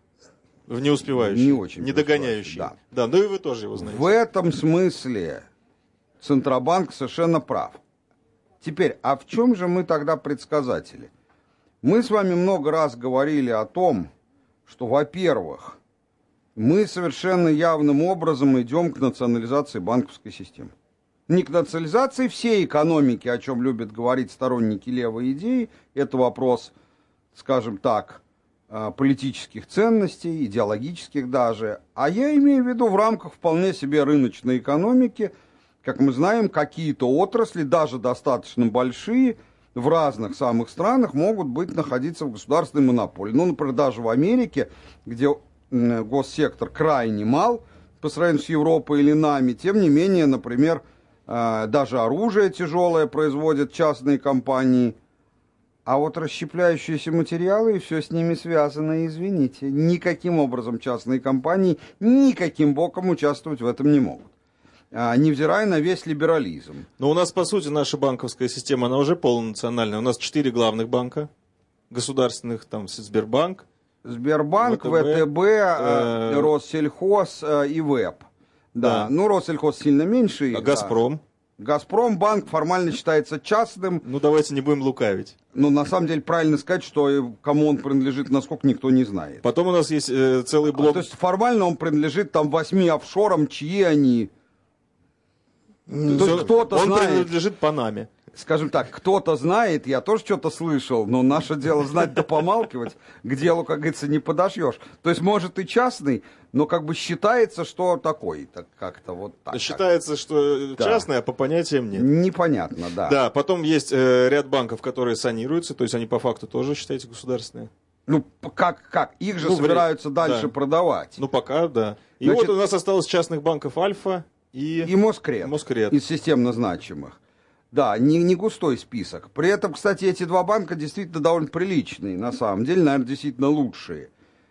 в неуспевающий, не очень недогоняющий. Да. Да, ну и вы тоже его знаете. В этом смысле Центробанк совершенно прав. Теперь, а в чем же мы тогда предсказатели? Мы с вами много раз говорили о том, что, во-первых, мы совершенно явным образом идем к национализации банковской системы. Не к национализации всей экономики, о чем любят говорить сторонники левой идеи, это вопрос, скажем так, политических ценностей, идеологических даже, а я имею в виду в рамках вполне себе рыночной экономики. Как мы знаем, какие-то отрасли, даже достаточно большие, в разных самых странах могут быть находиться в государственной монополии. Ну, например, даже в Америке, где госсектор крайне мал по сравнению с Европой или нами, тем не менее, например, даже оружие тяжелое производят частные компании, а вот расщепляющиеся материалы и все с ними связано, извините, никаким образом частные компании никаким боком участвовать в этом не могут. Невзирая на весь либерализм. Но у нас, по сути, наша банковская система, она уже полунациональная. У нас четыре главных банка государственных, там Сбербанк, Сбербанк, ВТБ, э, Россельхоз э, и ВЭП. Да. Да, ну Россельхоз сильно меньше. А Газпром? Да. Газпромбанк формально считается частным. Ну давайте не будем лукавить. Но на самом деле правильно сказать, что кому он принадлежит, насколько никто не знает. Потом у нас есть э, целый блок. А, то есть формально он принадлежит там восьми офшорам, чьи они... То, То есть кто-то он знает, принадлежит Панаме. Скажем так, кто-то знает, я тоже что-то слышал, но наше дело знать да помалкивать, к делу, как говорится, не подошьешь. То есть, может, и частный, но как бы считается, что такой, так как-то вот так. Считается, что да. частный, а по понятиям нет. Непонятно, да. Да, потом есть э, ряд банков, которые санируются, то есть они по факту тоже, считаете, государственные. Ну, как, как? Их же ну, собираются вре... дальше да. продавать. Ну, пока, да. И Значит, вот у нас осталось частных банков Альфа и... И Москрет. Москрет. Из системно значимых. Да, не, не густой список. При этом, кстати, эти два банка действительно довольно приличные, на самом деле, наверное, действительно лучшие.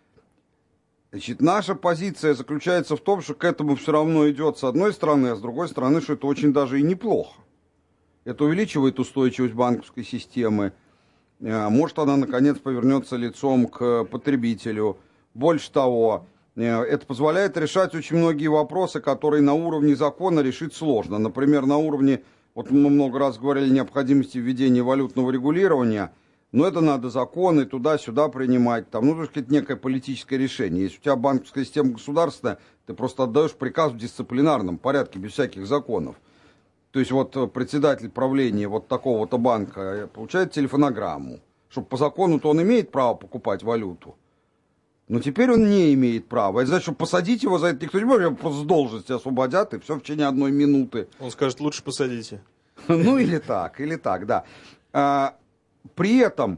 Значит, наша позиция заключается в том, что к этому все равно идет с одной стороны, а с другой стороны, что это очень даже и неплохо. Это увеличивает устойчивость банковской системы. Может, она, наконец, повернется лицом к потребителю. Больше того, это позволяет решать очень многие вопросы, которые на уровне закона решить сложно. Например, на уровне... Вот мы много раз говорили о необходимости введения валютного регулирования, но это надо законы туда-сюда принимать, там, ну, так сказать, некое политическое решение. Если у тебя банковская система государственная, ты просто отдаешь приказ в дисциплинарном порядке, без всяких законов. То есть вот председатель правления вот такого-то банка получает телефонограмму, чтобы по закону-то он имеет право покупать валюту. Но теперь он не имеет права. Это значит, что посадить его за это никто не может, его просто с должности освободят, и все в течение одной минуты. Он скажет, лучше посадите. Ну, или так, или так, да. А, при этом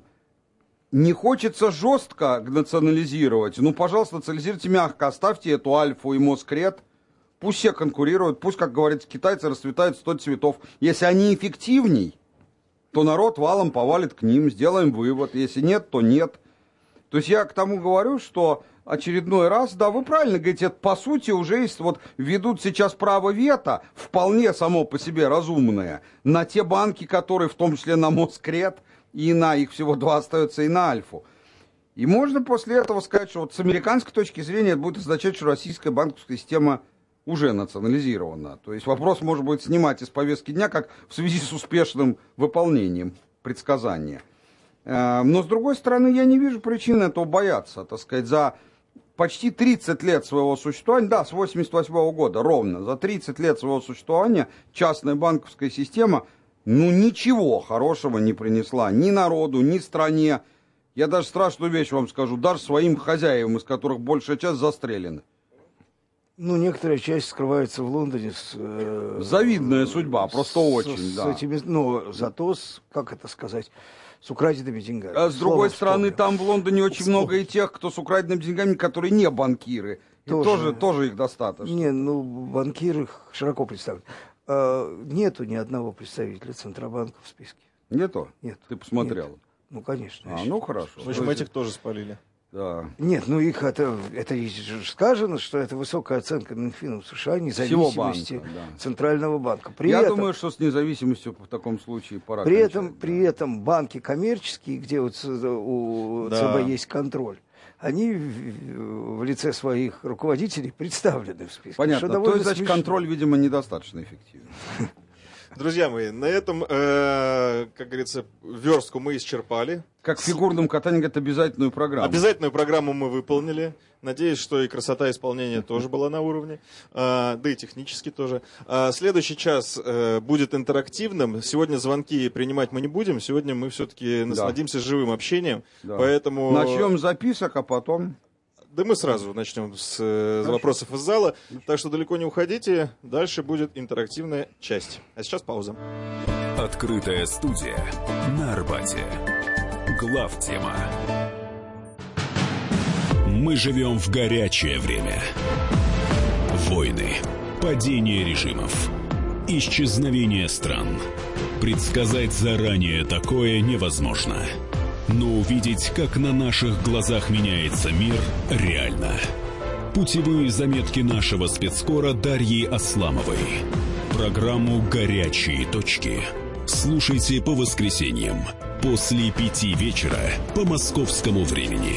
не хочется жестко национализировать. Ну, пожалуйста, национализируйте мягко, оставьте эту Альфу и Москрет. Пусть все конкурируют, пусть, как говорится, китайцы расцветают сто цветов. Если они эффективней, то народ валом повалит к ним, сделаем вывод. Если нет, то нет. То есть я к тому говорю, что очередной раз, да, вы правильно говорите, это по сути уже есть, вот ведут сейчас право вето, вполне само по себе разумное, на те банки, которые в том числе на Москрет, и на их всего два остается, и на Альфу. И можно после этого сказать, что вот с американской точки зрения это будет означать, что российская банковская система уже национализирована. То есть вопрос может быть снимать из повестки дня, как в связи с успешным выполнением предсказания. Но, с другой стороны, я не вижу причин этого бояться, так сказать, за почти тридцать лет своего существования, да, с восемьдесят восьмого года ровно, за тридцать лет своего существования частная банковская система, ну, ничего хорошего не принесла ни народу, ни стране. Я даже страшную вещь вам скажу, даже своим хозяевам, из которых большая часть застрелены. Ну, некоторая часть скрывается в Лондоне. С, э, Завидная судьба, просто с, очень, с да. Этими, но зато, с, как это сказать, с украденными деньгами. А с другой Слово стороны, вспомнил. там в Лондоне очень Вспомнил. много и тех, кто с украденными деньгами, которые не банкиры. И Тоже. тоже, тоже их достаточно. Не, ну, банкиры широко представлены. А, нету ни одного представителя Центробанка в списке. Нету? Нет. Ты посмотрел? Нет. Ну, конечно. А, ну хорошо. В общем, этих тоже спалили. Да. Нет, ну их это, это же сказано, что это высокая оценка Минфина в США независимости банка, да. Центрального банка. При Я этом, думаю, что с независимостью в таком случае пора при кончать, этом, да. при этом банки коммерческие, где вот у Да. ЦБ есть контроль, они в, в лице своих руководителей представлены в списке. Понятно. Что То довольно есть, значит, смешно. контроль, видимо, недостаточно эффективен. Друзья мои, на этом, э, как говорится, верстку мы исчерпали. Как в фигурном катании говорят, обязательную программу. Обязательную программу мы выполнили. Надеюсь, что и красота исполнения тоже была на уровне, а, да и технически тоже. А, следующий час а, будет интерактивным. Сегодня звонки принимать мы не будем. Сегодня мы все-таки насладимся живым общением. Да. Поэтому... Начнем с записок, а потом... Да мы сразу начнем с, с вопросов из зала. Так что далеко не уходите. Дальше будет интерактивная часть. А сейчас пауза. Открытая студия на Арбате. Главтема. Мы живем в горячее время. Войны, падение режимов, исчезновение стран. Предсказать заранее такое невозможно. Но увидеть, как на наших глазах меняется мир, реально. Путевые заметки нашего спецкора Дарьи Асламовой. Программу «Горячие точки» слушайте по воскресеньям после пяти вечера по московскому времени.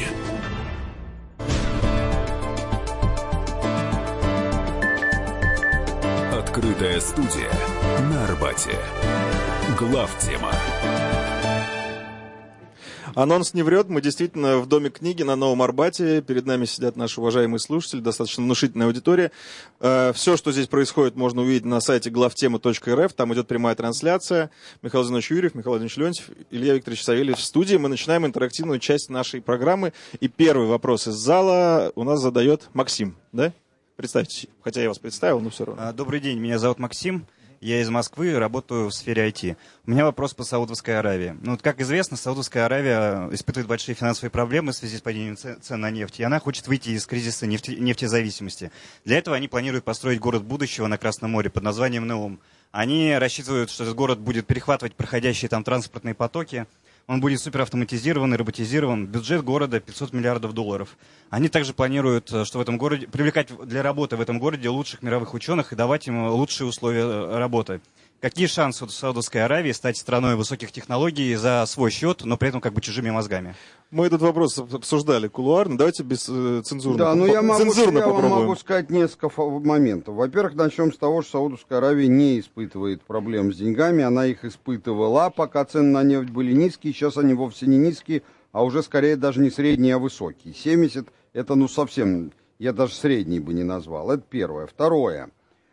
Открытая студия на Арбате. Главтема. Анонс не врет, мы действительно в Доме книги на Новом Арбате. Перед нами сидят наши уважаемые слушатели, достаточно внушительная аудитория. Все, что здесь происходит, можно увидеть на сайте главтема точка эр эф. Там идет прямая трансляция. Михаил Зинович Юрьев, Михаил Владимирович Леонтьев, Илья Викторович Савельев в студии. Мы начинаем интерактивную часть нашей программы. И первый вопрос из зала у нас задает Максим, да? Представьте, хотя я вас представил, но все равно. Добрый день, меня зовут Максим. Я из Москвы, работаю в сфере ай ти. У меня вопрос по Саудовской Аравии. Ну, вот, как известно, Саудовская Аравия испытывает большие финансовые проблемы в связи с падением цен на нефть, и она хочет выйти из кризиса нефти, нефтезависимости. Для этого они планируют построить город будущего на Красном море под названием Неом. Они рассчитывают, что этот город будет перехватывать проходящие там транспортные потоки. Он будет суперавтоматизирован и роботизирован. Бюджет города пятьсот миллиардов долларов. Они также планируют, что в этом городе привлекать для работы в этом городе лучших мировых ученых и давать им лучшие условия работы. Какие шансы у Саудовской Аравии стать страной высоких технологий за свой счет, но при этом как бы чужими мозгами? Мы этот вопрос обсуждали кулуарно. Давайте без э, цензурно. Да, ну я, могу, цензурно я вам попробуем. могу сказать несколько моментов. Во-первых, начнем с того, что Саудовская Аравия не испытывает проблем с деньгами. Она их испытывала, пока цены на нефть были низкие. Сейчас они вовсе не низкие, а уже скорее даже не средние, а высокие. семьдесят это ну совсем, я даже средний бы не назвал. Это первое. Второе.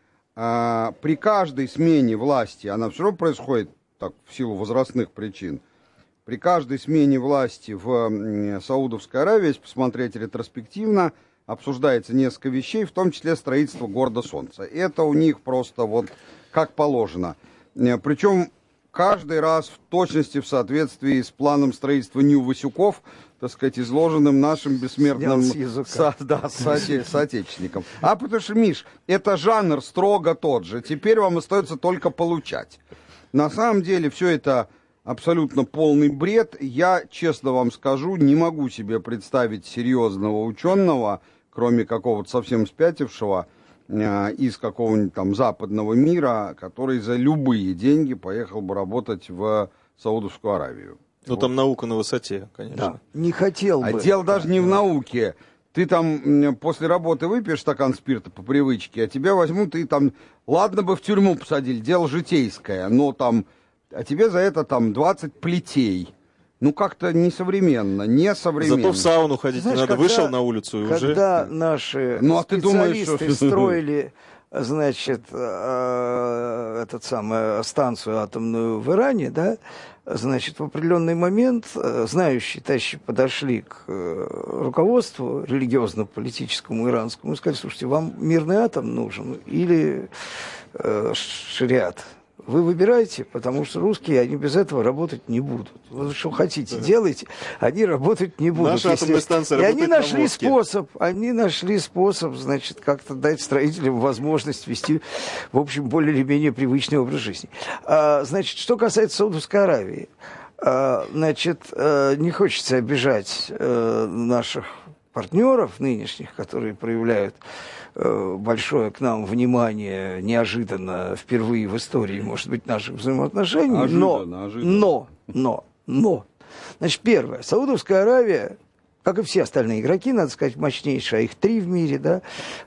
А, при каждой смене власти, она все равно происходит так, в силу возрастных причин, при каждой смене власти в Саудовской Аравии, если посмотреть ретроспективно, обсуждается несколько вещей, в том числе строительство города Солнца. Это у них просто вот как положено. Причем каждый раз в точности в соответствии с планом строительства Нью-Васюков, так сказать, изложенным нашим бессмертным со, да, со, соотечественником. А потому что, Миш, это жанр строго тот же. Теперь вам остается только получать. На самом деле все это абсолютно полный бред. Я, честно вам скажу, не могу себе представить серьезного ученого, кроме какого-то совсем спятившего, э, из какого-нибудь там западного мира, который за любые деньги поехал бы работать в Саудовскую Аравию. Ну, там наука на высоте, конечно. Да. Не хотел бы. А дело даже не в науке. Ты там после работы выпьешь стакан спирта по привычке, а тебя возьмут и там, ладно бы в тюрьму посадили, дело житейское, но там, а тебе за это там двадцать плетей. Ну, как-то несовременно, несовременно. Зато в сауну ходить Знаешь, не надо. когда, Вышел на улицу и когда уже... когда наши ну, а ты думаешь, специалисты что... строили значит, этот самый, станцию атомную в Иране, да, значит, в определенный момент знающие товарищи подошли к руководству религиозно-политическому иранскому и сказали: слушайте, вам мирный атом нужен или э, шариат? Вы выбираете, потому что русские, они без этого работать не будут. Вы что хотите, делайте, они работать не будут. Наша атомная станция и они нашли на способ, они нашли способ, значит, как-то дать строителям возможность вести, в общем, более или менее привычный образ жизни. А, значит, что касается Саудовской Аравии, а, значит, а, не хочется обижать а, наших партнеров нынешних, которые проявляют большое к нам внимание неожиданно, впервые в истории, может быть, наших взаимоотношений. Ожиданно, но, ожиданно. но, но, но. Значит, первое. Саудовская Аравия, как и все остальные игроки, надо сказать, мощнейшие, а их три в мире, да,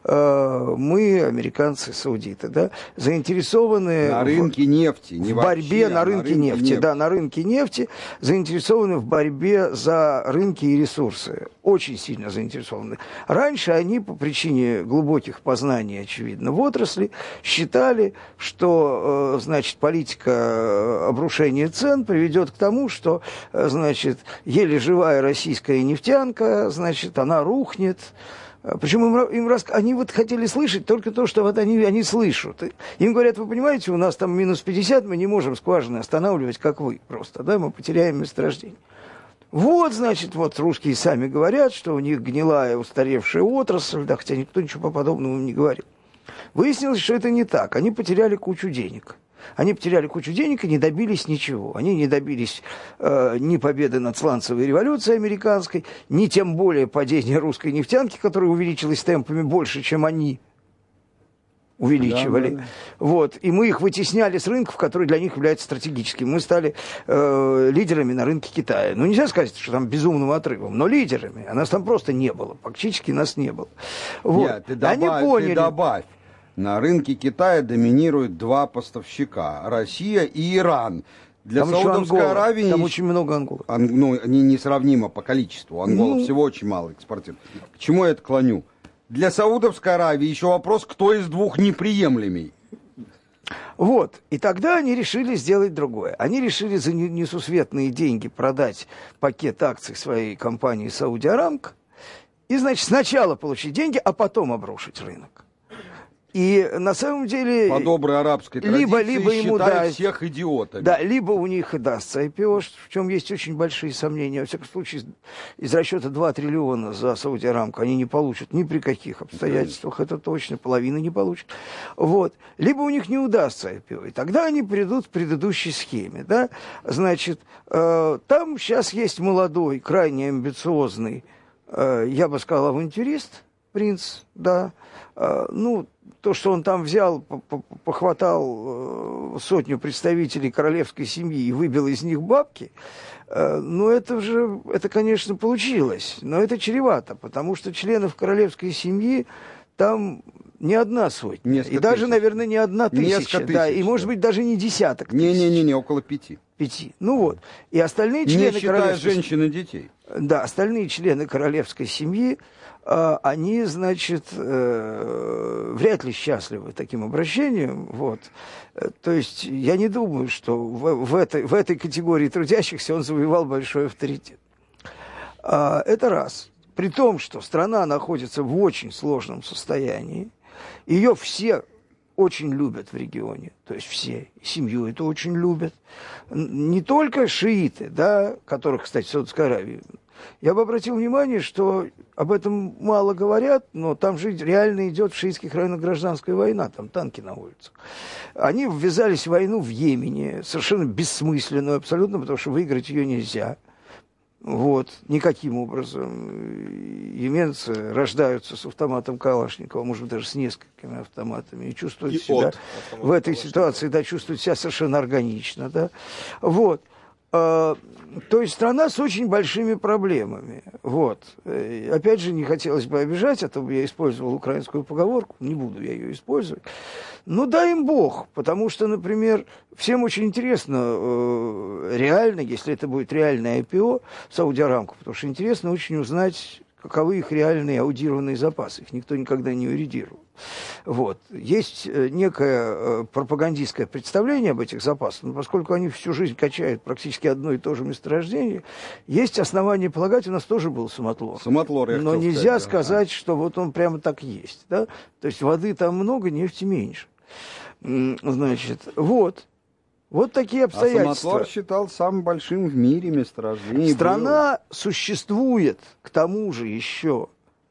э, мы, американцы, саудиты, да, заинтересованы на рынке в, нефти, не в вообще, борьбе а на рынке, рынке нефти, нефти, да, на рынке нефти, заинтересованы в борьбе за рынки и ресурсы, очень сильно заинтересованы. Раньше они, по причине глубоких познаний, очевидно, в отрасли, считали, что, э, значит, политика обрушения цен приведет к тому, что, э, значит, еле живая российская нефтянка, значит, она рухнет. Причем им, им рас... они вот хотели слышать только то, что вот они, они слышат. Им говорят: вы понимаете, у нас там минус пятьдесят, мы не можем скважины останавливать, как вы просто, да, мы потеряем месторождение. Вот, значит, вот русские сами говорят, что у них гнилая, устаревшая отрасль, да, хотя никто ничего подобного им не говорил. Выяснилось, что это не так, они потеряли кучу денег. Они потеряли кучу денег и не добились ничего. Они не добились э, ни победы над сланцевой революцией американской, ни тем более падения русской нефтянки, которая увеличилась темпами больше, чем они увеличивали. Да, да, да. Вот. И мы их вытесняли с рынков, которые для них являются стратегическими. Мы стали э, лидерами на рынке Китая. Ну, нельзя сказать, что там безумным отрывом, но лидерами. А нас там просто не было. Фактически нас не было. Вот. Нет, ты добавь, Они поняли... ты добавь. На рынке Китая доминируют два поставщика – Россия и Иран. Для там Саудовской Аравии... Там очень много анголов. Ан, ну, они несравнимо по количеству. Анголов ну... всего очень мало экспортируют. К чему я это клоню? Для Саудовской Аравии еще вопрос, кто из двух неприемлемый. Вот. И тогда они решили сделать другое. Они решили за несусветные деньги продать пакет акций своей компании «Сауди Арамко» и, значит, сначала получить деньги, а потом обрушить рынок. И на самом деле... По доброй арабской традиции либо, либо ему даст, всех идиотами. Да, либо у них и дастся ай пи о, в чем есть очень большие сомнения. Во всяком случае, из расчета два триллиона за Сауди Арамко они не получат ни при каких обстоятельствах, это точно, половины не получат. Вот. Либо у них не удастся ай пи о, и тогда они придут к предыдущей схеме. Да? Значит, э, там сейчас есть молодой, крайне амбициозный, э, я бы сказал, авантюрист, принц, да, э, ну, то, что он там взял, похватал сотню представителей королевской семьи и выбил из них бабки, ну, это же, это, конечно, получилось, но это чревато, потому что членов королевской семьи там не одна сотня, Несколько и даже, тысяч. наверное, не одна тысяча, тысяч, да, и, может быть, даже не десяток тысяч. Не-не-не, около пяти. Пяти. Ну вот. И остальные члены не считая королевской... женщин и детей. Да, остальные члены королевской семьи, э, они, значит, э, вряд ли счастливы таким обращением. Вот. То есть я не думаю, что в, в, этой, в этой категории трудящихся он завоевал большой авторитет. А, это раз. При том, что страна находится в очень сложном состоянии, ее все очень любят в регионе, то есть все, семью это очень любят. Не только шииты, да, которых, кстати, в Саудовской Аравии. Я бы обратил внимание, что об этом мало говорят, но там же реально идет в шиитских районах гражданская война, там танки на улицах. Они ввязались в войну в Йемене, совершенно бессмысленную абсолютно, потому что выиграть ее нельзя. Вот, никаким образом. Йеменцы рождаются с автоматом Калашникова, может быть, даже с несколькими автоматами, и чувствуют и себя в этой ситуации, да, чувствуют себя совершенно органично, да. Вот. То есть страна с очень большими проблемами. Вот. И опять же, не хотелось бы обижать, а то бы я использовал украинскую поговорку, не буду я ее использовать. Ну, дай им Бог, потому что, например, всем очень интересно, э, реально, если это будет реальное ай пи о Сауди Арамко, потому что интересно очень узнать, каковы их реальные аудированные запасы. Их никто никогда не аудировал. Вот. Есть некое пропагандистское представление об этих запасах, но поскольку они всю жизнь качают практически одно и то же месторождение, есть основания полагать, у нас тоже был самотлор. Самотлор, я но хотел нельзя сказать, сказать, да. что вот он прямо так есть. Да? То есть воды там много, нефти меньше. Значит, вот. Вот такие обстоятельства. А самотлор считал самым большим в мире месторождением. Страна существует, к тому же, еще.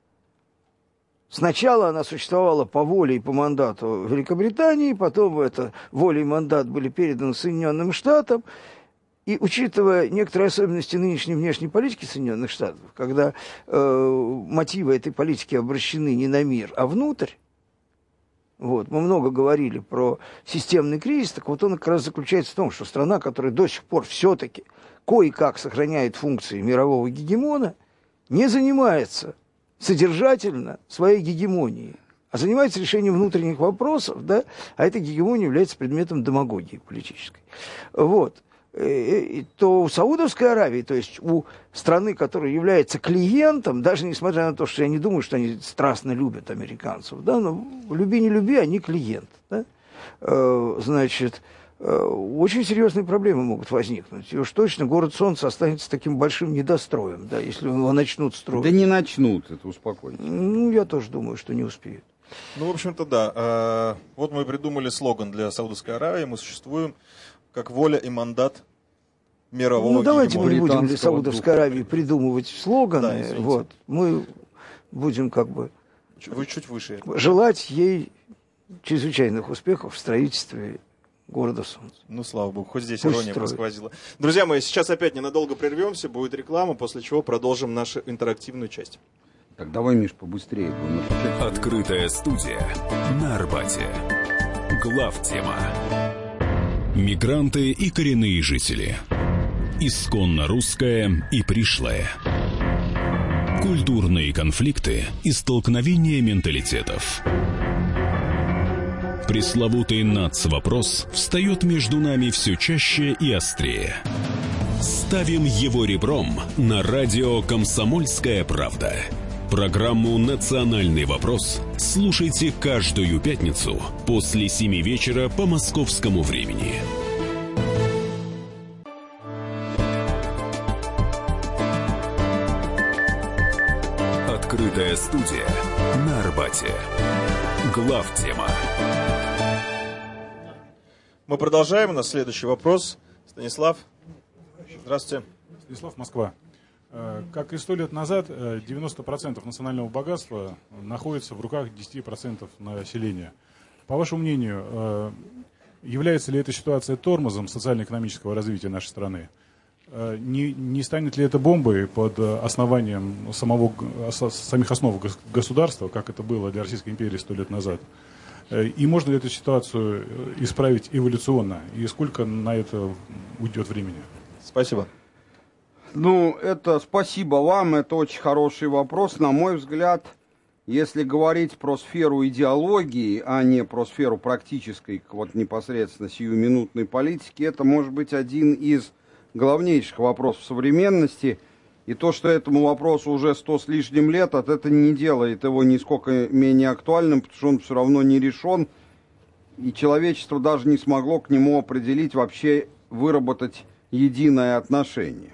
Сначала она существовала по воле и по мандату Великобритании, потом это воля и мандат были переданы Соединенным Штатам. И учитывая некоторые особенности нынешней внешней политики Соединенных Штатов, когда э, мотивы этой политики обращены не на мир, а внутрь, вот, мы много говорили про системный кризис, так вот он как раз заключается в том, что страна, которая до сих пор все-таки кое-как сохраняет функции мирового гегемона, не занимается содержательно своей гегемонией, а занимается решением внутренних вопросов, да, а эта гегемония является предметом демагогии политической. Вот. То у Саудовской Аравии, то есть у страны, которая является клиентом, даже несмотря на то, что я не думаю, что они страстно любят американцев, да, но люби не люби, они клиент, да, значит, очень серьезные проблемы могут возникнуть. И уж точно город Солнца останется таким большим недостроем, да, если его начнут строить. Да не начнут, это успокойтесь. Ну, я тоже думаю, что не успеют. Ну, в общем-то, да. Вот мы придумали слоган для Саудовской Аравии. Мы существуем как воля и мандат мирового Ну, давайте мы не гегемона. будем для Саудовской Аравии придумывать слоганы. Да, вот. Мы будем как бы Вы чуть выше. желать ей чрезвычайных успехов в строительстве города Солнца. Ну, слава богу, хоть здесь Пусть ирония строят. просквозила. Друзья мои, сейчас опять ненадолго прервемся, будет реклама, после чего продолжим нашу интерактивную часть. Так давай, Миш, побыстрее. будем. Открытая студия на Арбате. Главтема. Мигранты и коренные жители. Исконно русское и пришлое. Культурные конфликты и столкновения менталитетов. Пресловутый нацвопрос встает между нами все чаще и острее. Ставим его ребром на радио «Комсомольская правда». Программу «Национальный вопрос» слушайте каждую пятницу после семи вечера по московскому времени. Открытая студия на Арбате. Главтема. Мы продолжаем. У нас следующий вопрос. Станислав. Здравствуйте. Станислав, Москва. Как и сто лет назад, девяносто процентов национального богатства находится в руках десять процентов населения. По вашему мнению, является ли эта ситуация тормозом социально-экономического развития нашей страны? Не, не станет ли это бомбой под основанием самого, самих основ государства, как это было для Российской империи сто лет назад? И можно ли эту ситуацию исправить эволюционно? И сколько на это уйдет времени? Спасибо. Ну, это спасибо вам, это очень хороший вопрос. На мой взгляд, если говорить про сферу идеологии, а не про сферу практической, вот непосредственно сиюминутной политики, это может быть один из главнейших вопросов современности. И то, что этому вопросу уже сто с лишним лет, от этого не делает его нисколько менее актуальным, потому что он все равно не решен. И человечество даже не смогло к нему определить, вообще выработать единое отношение.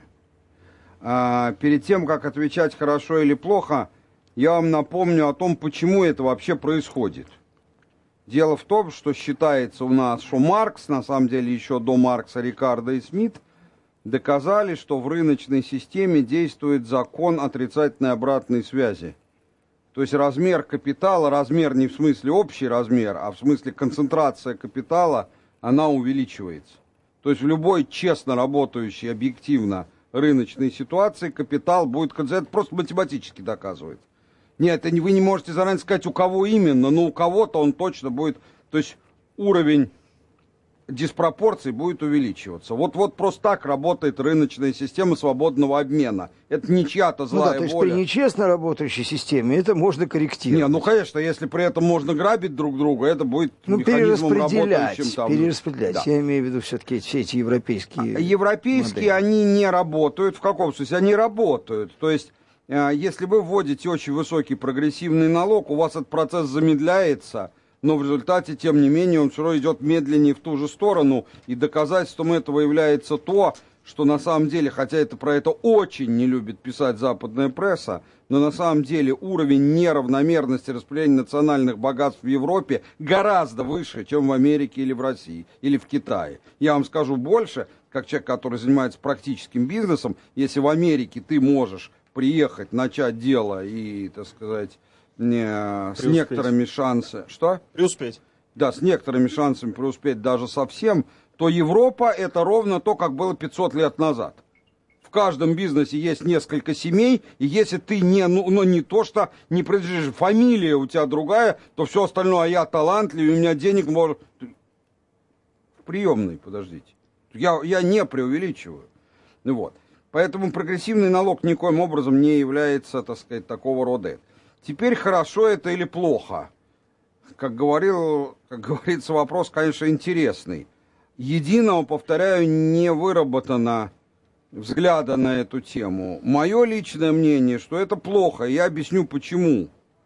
А перед тем, как отвечать хорошо или плохо, я вам напомню о том, почему это вообще происходит. Дело в том, что считается у нас, что Маркс, на самом деле еще до Маркса, Рикардо и Смит, доказали, что в рыночной системе действует закон отрицательной обратной связи. То есть размер капитала, размер не в смысле общий размер, а в смысле концентрация капитала, она увеличивается. То есть в любой честно работающей, объективно рыночной ситуации капитал будет, это просто математически доказывается. Нет, это вы не можете заранее сказать, у кого именно, но у кого-то он точно будет, то есть уровень диспропорций будет увеличиваться. Вот, вот просто так работает рыночная система свободного обмена. Это не чья-то злая ну да, то есть воля. При нечестно работающей системе это можно корректировать. Не, ну конечно, если при этом можно грабить друг друга, это будет ну, механизмом перераспределять, работающим там. Перераспределять. Да. Я имею в виду все-таки все эти европейские. Европейские модели. Они не работают. В каком смысле? Они работают. То есть Если вы вводите очень высокий прогрессивный налог, у вас этот процесс замедляется, но в результате, тем не менее, он все равно идет медленнее в ту же сторону. И доказательством этого является то, что на самом деле, хотя это про это очень не любит писать западная пресса, но на самом деле уровень неравномерности распределения национальных богатств в Европе гораздо выше, чем в Америке или в России, или в Китае. Я вам скажу больше, как человек, который занимается практическим бизнесом, если в Америке ты можешь приехать, начать дело и, так сказать, не, с некоторыми шансами... Что? Преуспеть. Да, с некоторыми шансами преуспеть даже совсем, то Европа это ровно то, как было пятьсот лет назад. В каждом бизнесе есть несколько семей, и если ты не, ну, ну не то, что не принадлежишь, фамилия у тебя другая, то все остальное, а я талантливый, у меня денег может... В приемной, подождите. Я, я не преувеличиваю. Вот. Поэтому прогрессивный налог никоим образом не является, так сказать, такого рода. Теперь хорошо это или плохо? Как говорил, как говорится, вопрос, конечно, интересный. Единого, повторяю, не выработано взгляда на эту тему. Мое личное мнение, что это плохо, и я объясню почему.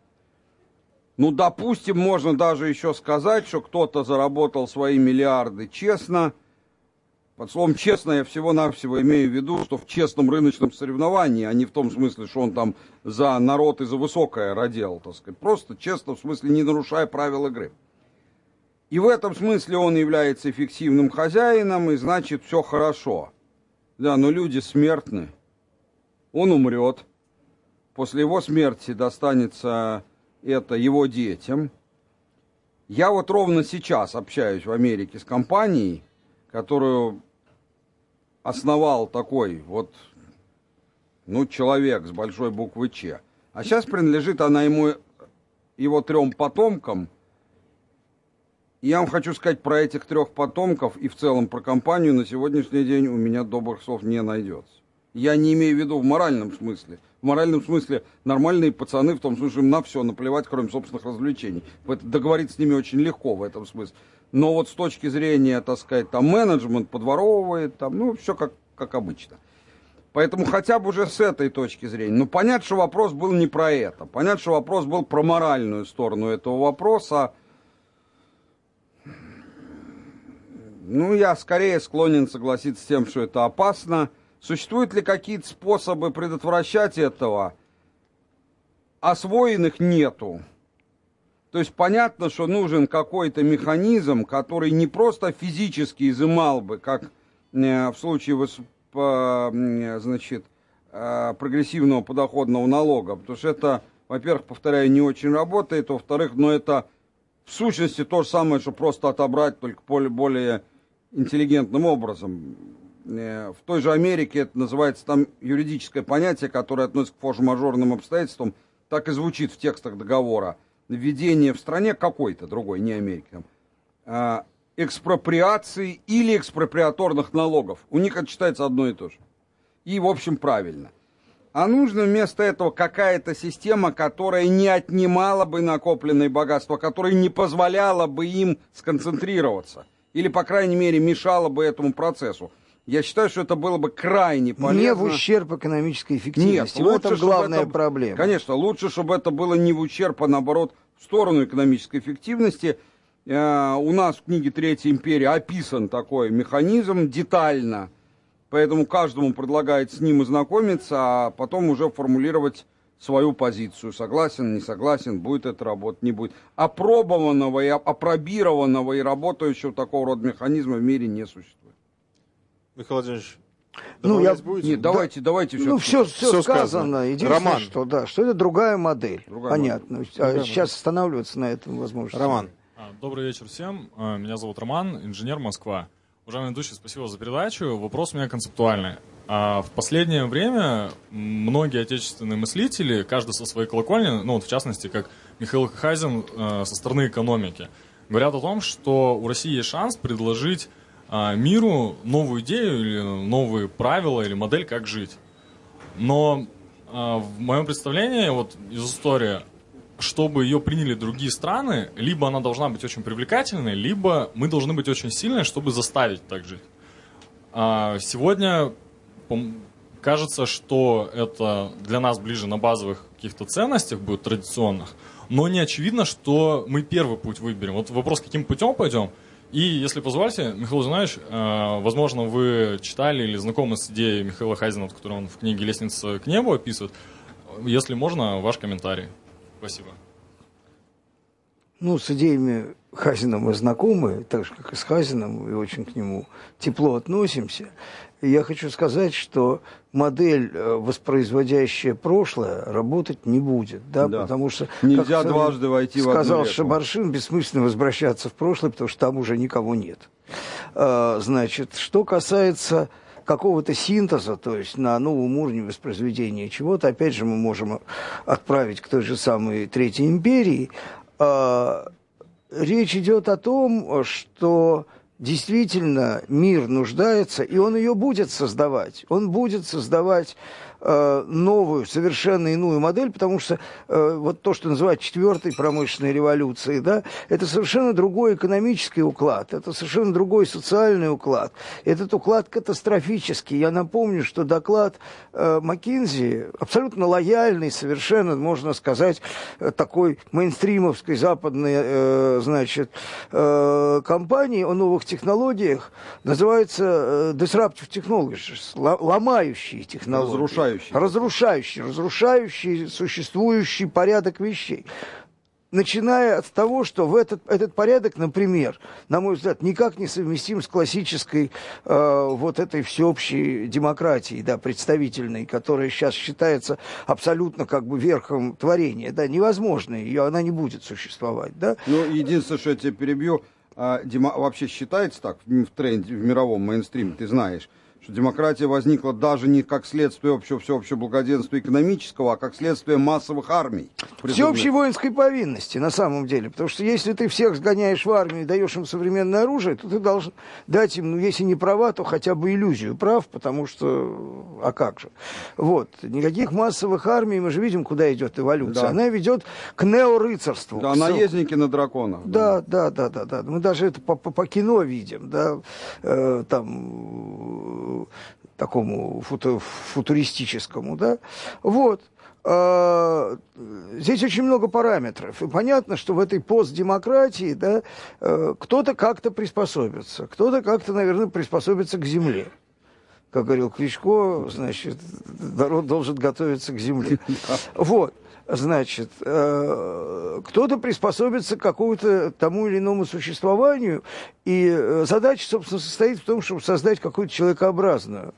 Ну, допустим, можно даже еще сказать, что кто-то заработал свои миллиарды честно. Под словом «честно» я всего-навсего имею в виду, что в честном рыночном соревновании, а не в том смысле, что он там за народ и за высокое родил, так сказать. Просто честно, в смысле, не нарушая правил игры. И в этом смысле он является эффективным хозяином, и значит, все хорошо. Да, но люди смертны. Он умрет. После его смерти достанется это его детям. Я вот ровно сейчас общаюсь в Америке с компанией, которую основал такой вот, ну, человек с большой буквы Ч. А сейчас принадлежит она ему, его трем потомкам. И я вам хочу сказать про этих трех потомков и в целом про компанию на сегодняшний день у меня добрых слов не найдется. Я не имею в виду в моральном смысле. В моральном смысле нормальные пацаны, в том смысле, им на все наплевать, кроме собственных развлечений. Договориться с ними очень легко в этом смысле. Но вот с точки зрения, так сказать, там менеджмент подворовывает, там, ну, все как, как обычно. Поэтому хотя бы уже с этой точки зрения. Ну, понятно, что вопрос был не про это. Понятно, что вопрос был про моральную сторону этого вопроса. Ну, я скорее склонен согласиться с тем, что это опасно. Существуют ли какие-то способы предотвращать этого? Освоенных нету. То есть понятно, что нужен какой-то механизм, который не просто физически изымал бы, как в случае значит, прогрессивного подоходного налога. Потому что это, во-первых, повторяю, не очень работает. Во-вторых, но это в сущности то же самое, что просто отобрать, только более, более интеллигентным образом. В той же Америке это называется там юридическое понятие, которое относится к форс-мажорным обстоятельствам, так и звучит в текстах договора. Введение в стране какой-то другой, не Америки, там, экспроприации или экспроприаторных налогов. У них это считается одно и то же. И, в общем, правильно. А нужно вместо этого какая-то система, которая не отнимала бы накопленные богатства, которая не позволяла бы им сконцентрироваться. Или, по крайней мере, мешала бы этому процессу. Я считаю, что это было бы крайне полезно. Не в ущерб экономической эффективности. Нет, в этом главная это, проблема. Конечно, лучше, чтобы это было не в ущерб, а наоборот, в сторону экономической эффективности. Э, у нас в книге «Третья империя» описан такой механизм детально. Поэтому каждому предлагается с ним ознакомиться, а потом уже формулировать свою позицию. Согласен, не согласен, будет это работать, не будет. Опробованного и опробированного и работающего такого рода механизма в мире не существует. Михаил Владимирович, ну, я... будете? Нет, давайте, да, давайте все. Ну, все, все, все сказано. сказано. Единственное, Роман. что, да, что это другая модель. Другая Понятно. Модель. А Другая сейчас модель. останавливаться на этом возможно. Роман. Добрый вечер всем. Меня зовут Роман, инженер, Москва. Уважаемый ведущий, спасибо за передачу. Вопрос у меня концептуальный. В последнее время многие отечественные мыслители, каждый со своей колокольни, ну вот в частности, как Михаил Хазин со стороны экономики, говорят о том, что у России есть шанс предложить миру новую идею или новые правила или модель, как жить. Но в моем представлении, вот из истории, чтобы ее приняли другие страны, либо она должна быть очень привлекательной, либо мы должны быть очень сильны, чтобы заставить так жить. Сегодня кажется, что это для нас ближе на базовых каких-то ценностях будет, традиционных, но не очевидно, что мы первый путь выберем. Вот вопрос, каким путем пойдем. И, если позволите, Михаил Зинович, э, возможно, вы читали или знакомы с идеей Михаила Хазина, которую он в книге «Лестница к небу» описывает. Если можно, ваш комментарий. Спасибо. Ну, с идеями Хазина мы знакомы, так же, как и с Хазиным, и очень к нему тепло относимся. И я хочу сказать, что модель, воспроизводящая прошлое, работать не будет. Да? Да. Потому что, нельзя как дважды войти в одну сказал реку. Шабаршин, бессмысленно возвращаться в прошлое, потому что там уже никого нет. А, значит, что касается какого-то синтеза, то есть на новом уровне воспроизведения чего-то, опять же, мы можем отправить к той же самой Третьей империи. А, речь идет о том, что действительно мир нуждается, и он ее будет создавать. Он будет создавать э, новую, совершенно иную модель, потому что э, вот то, что называют четвертой промышленной революцией, да, это совершенно другой экономический уклад, это совершенно другой социальный уклад. Этот уклад катастрофический. Я напомню, что доклад э, Маккинзи, абсолютно лояльный, совершенно, можно сказать, э, такой мейнстримовской западной э, значит, э, компании о новых технологиях, называется disruptive technologies, ломающие технологии. Разрушающие. Разрушающие, разрушающие существующий порядок вещей. Начиная от того, что в этот, этот порядок, например, на мой взгляд, никак не совместим с классической э, вот этой всеобщей демократией, да, представительной, которая сейчас считается абсолютно как бы верхом творения. Да, невозможно ее, она не будет существовать. Да? Ну, единственное, что я тебя перебью, а, демо, вообще считается так в тренде, в мировом мейнстриме, ты знаешь, что демократия возникла даже не как следствие общего всеобщего благоденствия экономического, а как следствие массовых армий. Всеобщей воинской повинности, на самом деле. Потому что если ты всех сгоняешь в армию и даешь им современное оружие, то ты должен дать им, ну, если не права, то хотя бы иллюзию прав, потому что... А как же? Вот. Никаких массовых армий, мы же видим, куда идет эволюция. Да. Она ведет к неорыцарству. Да, к... наездники на драконах. Да, да, да, да, да. Мы даже это по, по, по кино видим, да, э, там... такому футу, футуристическому, да, вот. Здесь очень много параметров. И понятно, что в этой постдемократии, да, кто-то как-то приспособится, кто-то как-то, наверное, приспособится к земле. Как говорил Кличко, значит, народ должен готовиться к земле. Вот. Значит, кто-то приспособится к какому-то тому или иному существованию, и задача, собственно, состоит в том, чтобы создать какую-то человекообразную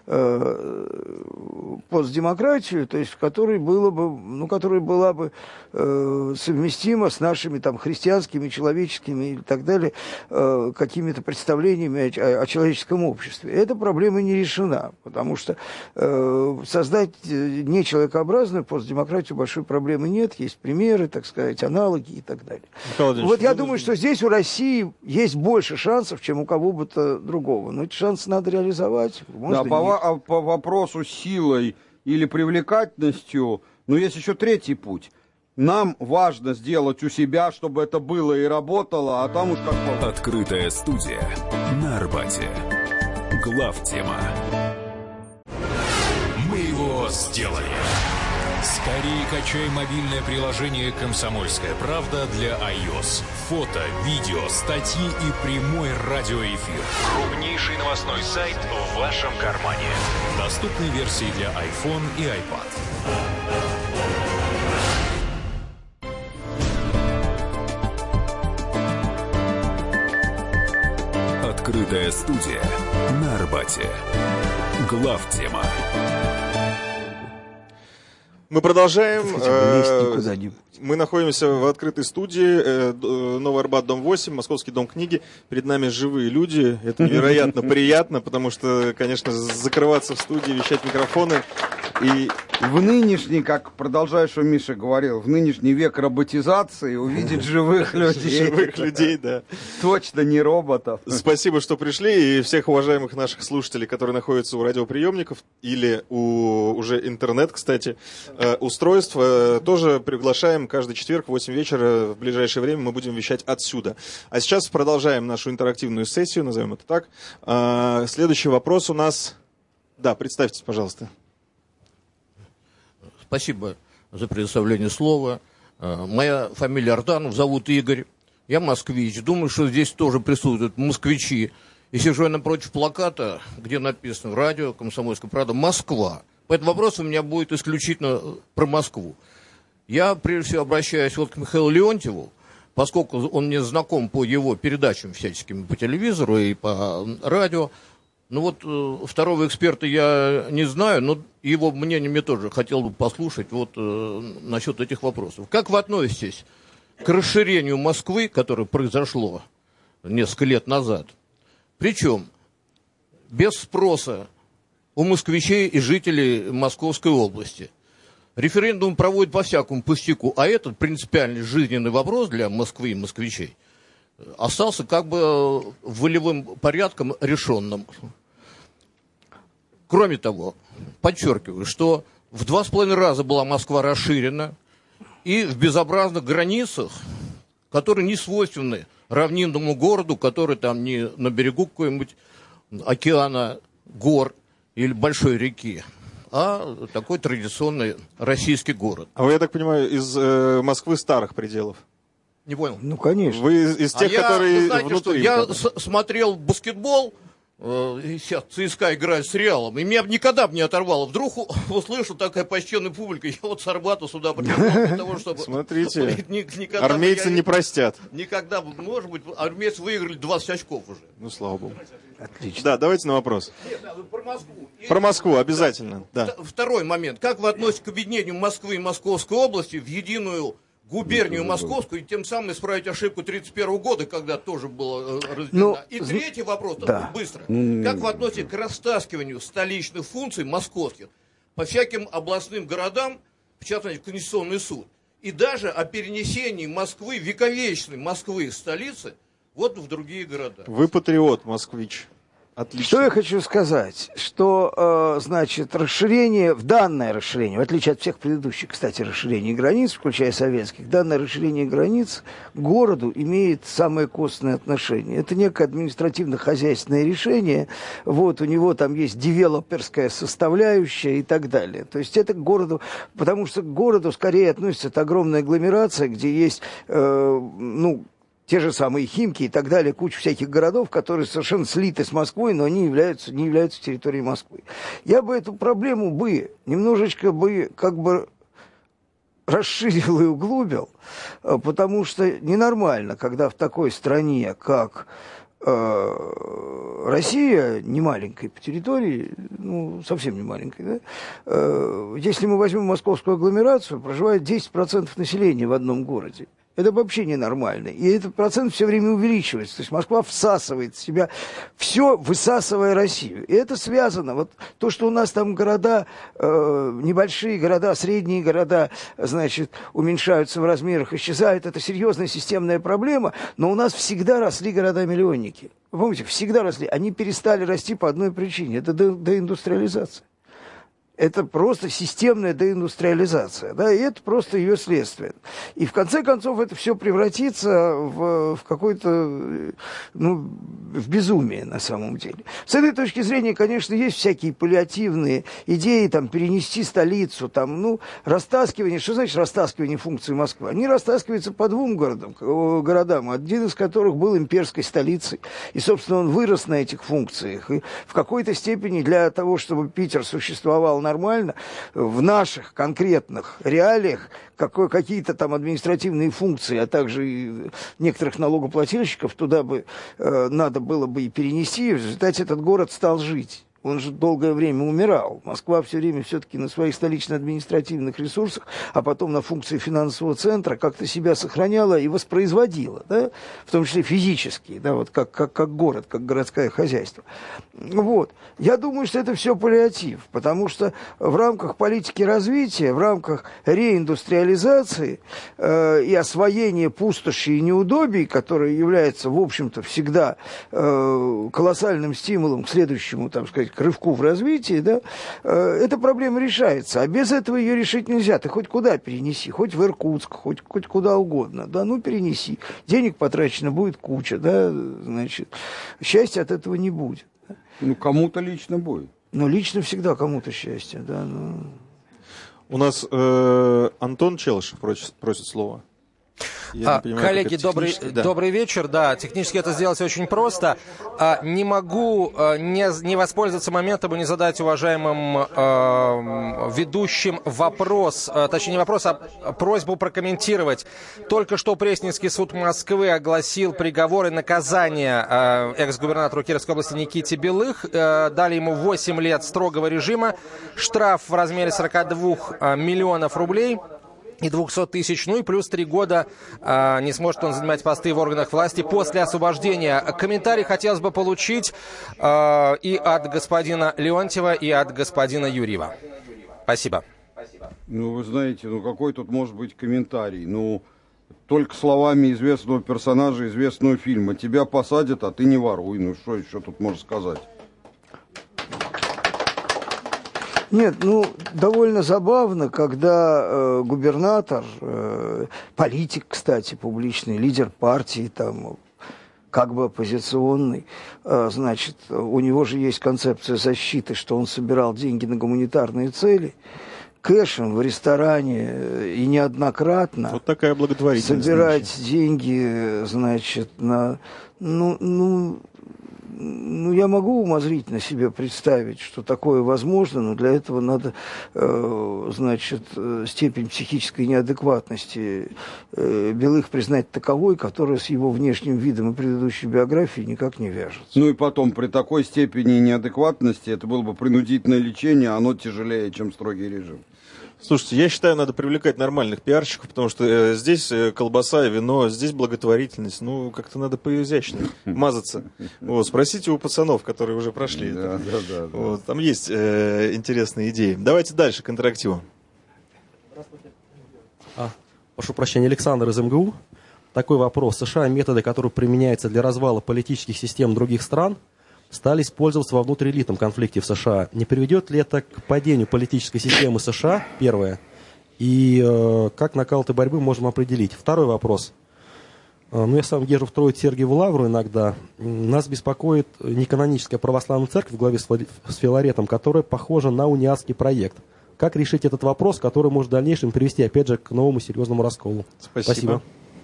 постдемократию, то есть в которой было бы, ну, которая была бы совместима с нашими там христианскими, человеческими и так далее какими-то представлениями о, о человеческом обществе. Эта проблема не решена, потому что создать нечеловекообразную постдемократию большой проблемы нет, есть примеры, так сказать, аналоги и так далее. Михаил вот я думаю, что здесь у России есть больше шансов, чем у кого бы то другого. Но эти шансы надо реализовать. Да, по, а по вопросу силой или привлекательностью, но есть еще третий путь. Нам важно сделать у себя, чтобы это было и работало, а там уж как получится. Открытая студия на Арбате. Главтема. Мы его сделали. Скорее качай мобильное приложение «Комсомольская правда» для iOS. Фото, видео, статьи и прямой радиоэфир. Крупнейший новостной сайт в вашем кармане. Доступны версии для iPhone и iPad. Открытая студия на Арбате. Главтема. Мы продолжаем. Мы находимся в открытой студии. Новый Арбат, дом восемь, Московский дом книги. Перед нами живые люди. Это невероятно приятно, потому что, конечно, закрываться в студии, вещать в микрофоны. И в нынешний, как продолжая, что Миша говорил, в нынешний век роботизации увидеть живых людей. Живых людей, да. Точно не роботов. Спасибо, что пришли. И всех уважаемых наших слушателей, которые находятся у радиоприемников или у уже интернет, кстати, устройств, тоже приглашаем каждый четверг в восемь вечера. В ближайшее время мы будем вещать отсюда. А сейчас продолжаем нашу интерактивную сессию, назовем это так. Следующий вопрос у нас... Да, представьтесь, пожалуйста. Спасибо за предоставление слова. Моя фамилия Артанов, зовут Игорь. Я москвич. Думаю, что здесь тоже присутствуют москвичи. И сижу я напротив плаката, где написано «Радио Комсомольская правда Москва». Поэтому вопрос у меня будет исключительно про Москву. Я, прежде всего, обращаюсь вот к Михаилу Леонтьеву, поскольку он мне знаком по его передачам всяческим по телевизору и по радио. Ну вот э, второго эксперта я не знаю, но его мнение мне тоже хотел бы послушать вот э, насчет этих вопросов. Как вы относитесь к расширению Москвы, которое произошло несколько лет назад? Причем без спроса у москвичей и жителей Московской области. Референдум проводят по всякому пустяку, а этот принципиальный жизненный вопрос для Москвы и москвичей остался как бы волевым порядком решенным. Кроме того, подчеркиваю, что в два с половиной раза была Москва расширена, и в безобразных границах, которые не свойственны равнинному городу, который там не на берегу какой-нибудь океана, гор или большой реки, а такой традиционный российский город. А вы, я так понимаю, из э, Москвы старых пределов? Не понял? Ну, конечно. Вы из, из тех, а которые я, вы знаете, внутри? Что, я с- смотрел баскетбол, э, сейчас ЦСКА играет с Реалом, и меня никогда бы не оторвало. Вдруг у- услышу такая почтенная публика, я вот с Арбата сюда приехал для того, чтобы... Смотрите, Ни- никогда бы армейцы я- не простят. Никогда бы, может быть, армейцы выиграли двадцать очков уже. Ну, слава богу. Отлично. Да, давайте на вопрос. Нет, да, про Москву. И- Про Москву обязательно, да. Т- Второй момент. Как вы относитесь к объединению Москвы и Московской области в единую губернию Московскую, и тем самым исправить ошибку тридцать первого года, когда тоже было э, разделено? Ну, и третий вопрос, да. быстро. Как вы относитесь к растаскиванию столичных функций московских по всяким областным городам, в частности, в Конституционный суд, и даже о перенесении Москвы, вековечной Москвы, столицы, вот в другие города? Вы патриот, москвич. Отлично. Что я хочу сказать, что, э, значит, расширение, в данное расширение, в отличие от всех предыдущих, кстати, расширений границ, включая советских, данное расширение границ к городу имеет самое косвенное отношение. Это некое административно-хозяйственное решение, вот, у него там есть девелоперская составляющая и так далее. То есть это к городу, потому что к городу скорее относится эта огромная агломерация, где есть, э, ну, те же самые Химки и так далее, куча всяких городов, которые совершенно слиты с Москвой, но они являются, не являются территорией Москвы. Я бы эту проблему бы немножечко бы как бы расширил и углубил, потому что ненормально, когда в такой стране, как э, Россия, не маленькая по территории, ну, совсем не маленькая, да? э, если мы возьмем московскую агломерацию, проживает десять процентов населения в одном городе. Это вообще ненормально. И этот процент все время увеличивается. То есть Москва всасывает в себя все, высасывая Россию. И это связано. Вот то, что у нас там города, э, небольшие города, средние города, значит, уменьшаются в размерах, исчезают, это серьезная системная проблема. Но у нас всегда росли города-миллионники. Вы помните, всегда росли. Они перестали расти по одной причине. Это де- деиндустриализация. Это просто системная деиндустриализация, да, и это просто ее следствие. И в конце концов это все превратится в, в какое-то, ну, в безумие на самом деле. С этой точки зрения, конечно, есть всякие паллиативные идеи, там, перенести столицу, там, ну, растаскивание. Что значит растаскивание функций Москвы? Они растаскиваются по двум городам, городам, один из которых был имперской столицей. И, собственно, он вырос на этих функциях. И в какой-то степени для того, чтобы Питер существовал на нормально, в наших конкретных реалиях какой, какие-то там административные функции, а также и некоторых налогоплательщиков туда бы э, надо было бы и перенести, и в результате этот город стал жить. Он же долгое время умирал. Москва все время все-таки на своих столично-административных ресурсах, а потом на функции финансового центра как-то себя сохраняла и воспроизводила, да? В том числе физически, да? Вот как, как, как город, как городское хозяйство. Вот. Я думаю, что это все паллиатив, потому что в рамках политики развития, в рамках реиндустриализации э, и освоения пустоши и неудобий, которые являются, в общем-то, всегда э, колоссальным стимулом к следующему, там сказать, к рывку в развитии, да, э, эта проблема решается. А без этого ее решить нельзя. Ты хоть куда перенеси, хоть в Иркутск, хоть, хоть куда угодно. Да, ну перенеси. Денег потрачено будет куча, да, значит, счастья от этого не будет. Ну, кому-то лично будет. Ну, лично всегда кому-то счастье, да. Ну... У нас э, Антон Челышев просит, просит слово. А, понимаю, коллеги, добрый, да. добрый вечер. Да, технически это сделать очень просто. А, не могу а, не, не воспользоваться моментом и не задать уважаемым а, ведущим вопрос, а, точнее не вопрос, а просьбу прокомментировать. Только что Пресненский суд Москвы огласил приговор и наказание а, экс-губернатору Кировской области Никите Белых. А, дали ему восемь лет строгого режима, штраф в размере сорок два миллионов рублей и двести тысяч, ну и плюс три года а, не сможет он занимать посты в органах власти после освобождения. Комментарий хотелось бы получить а, и от господина Леонтьева, и от господина Юрьева. Спасибо. Ну, вы знаете, ну какой тут может быть комментарий? Ну, только словами известного персонажа известного фильма. Тебя посадят, а ты не воруй. Ну, что еще тут можно сказать? Нет, ну, довольно забавно, когда э, губернатор, э, политик, кстати, публичный, лидер партии, там, как бы оппозиционный, э, значит, у него же есть концепция защиты, что он собирал деньги на гуманитарные цели, кэшем в ресторане и неоднократно. Вот такая благотворительность. Собирать значит. деньги, значит, на... Ну, ну, Ну, я могу умозрительно себе представить, что такое возможно, но для этого надо, э, значит, степень психической неадекватности э, Белых признать таковой, которая с его внешним видом и предыдущей биографией никак не вяжется. Ну и потом, при такой степени неадекватности, это было бы принудительное лечение, а оно тяжелее, чем строгий режим. Слушайте, я считаю, надо привлекать нормальных пиарщиков, потому что э, здесь э, колбаса и вино, здесь благотворительность. Ну, как-то надо поизящнее мазаться. Вот, спросите у пацанов, которые уже прошли. Да, да, да, да. Вот, там есть э, интересные идеи. Давайте дальше к интерактиву. А, прошу прощения, Александр из эм гэ у. Такой вопрос. США методы, которые применяются для развала политических систем других стран, стали использоваться во внутриэлитном конфликте в США. Не приведет ли это к падению политической системы США? Первое. И э, как накал этой борьбы можем определить? Второй вопрос. Э, ну, я сам езжу в Троицу Сергиеву Лавру иногда. Нас беспокоит неканоническая православная церковь в главе с Филаретом, которая похожа на униатский проект. Как решить этот вопрос, который может в дальнейшем привести, опять же, к новому серьезному расколу? Спасибо. Спасибо.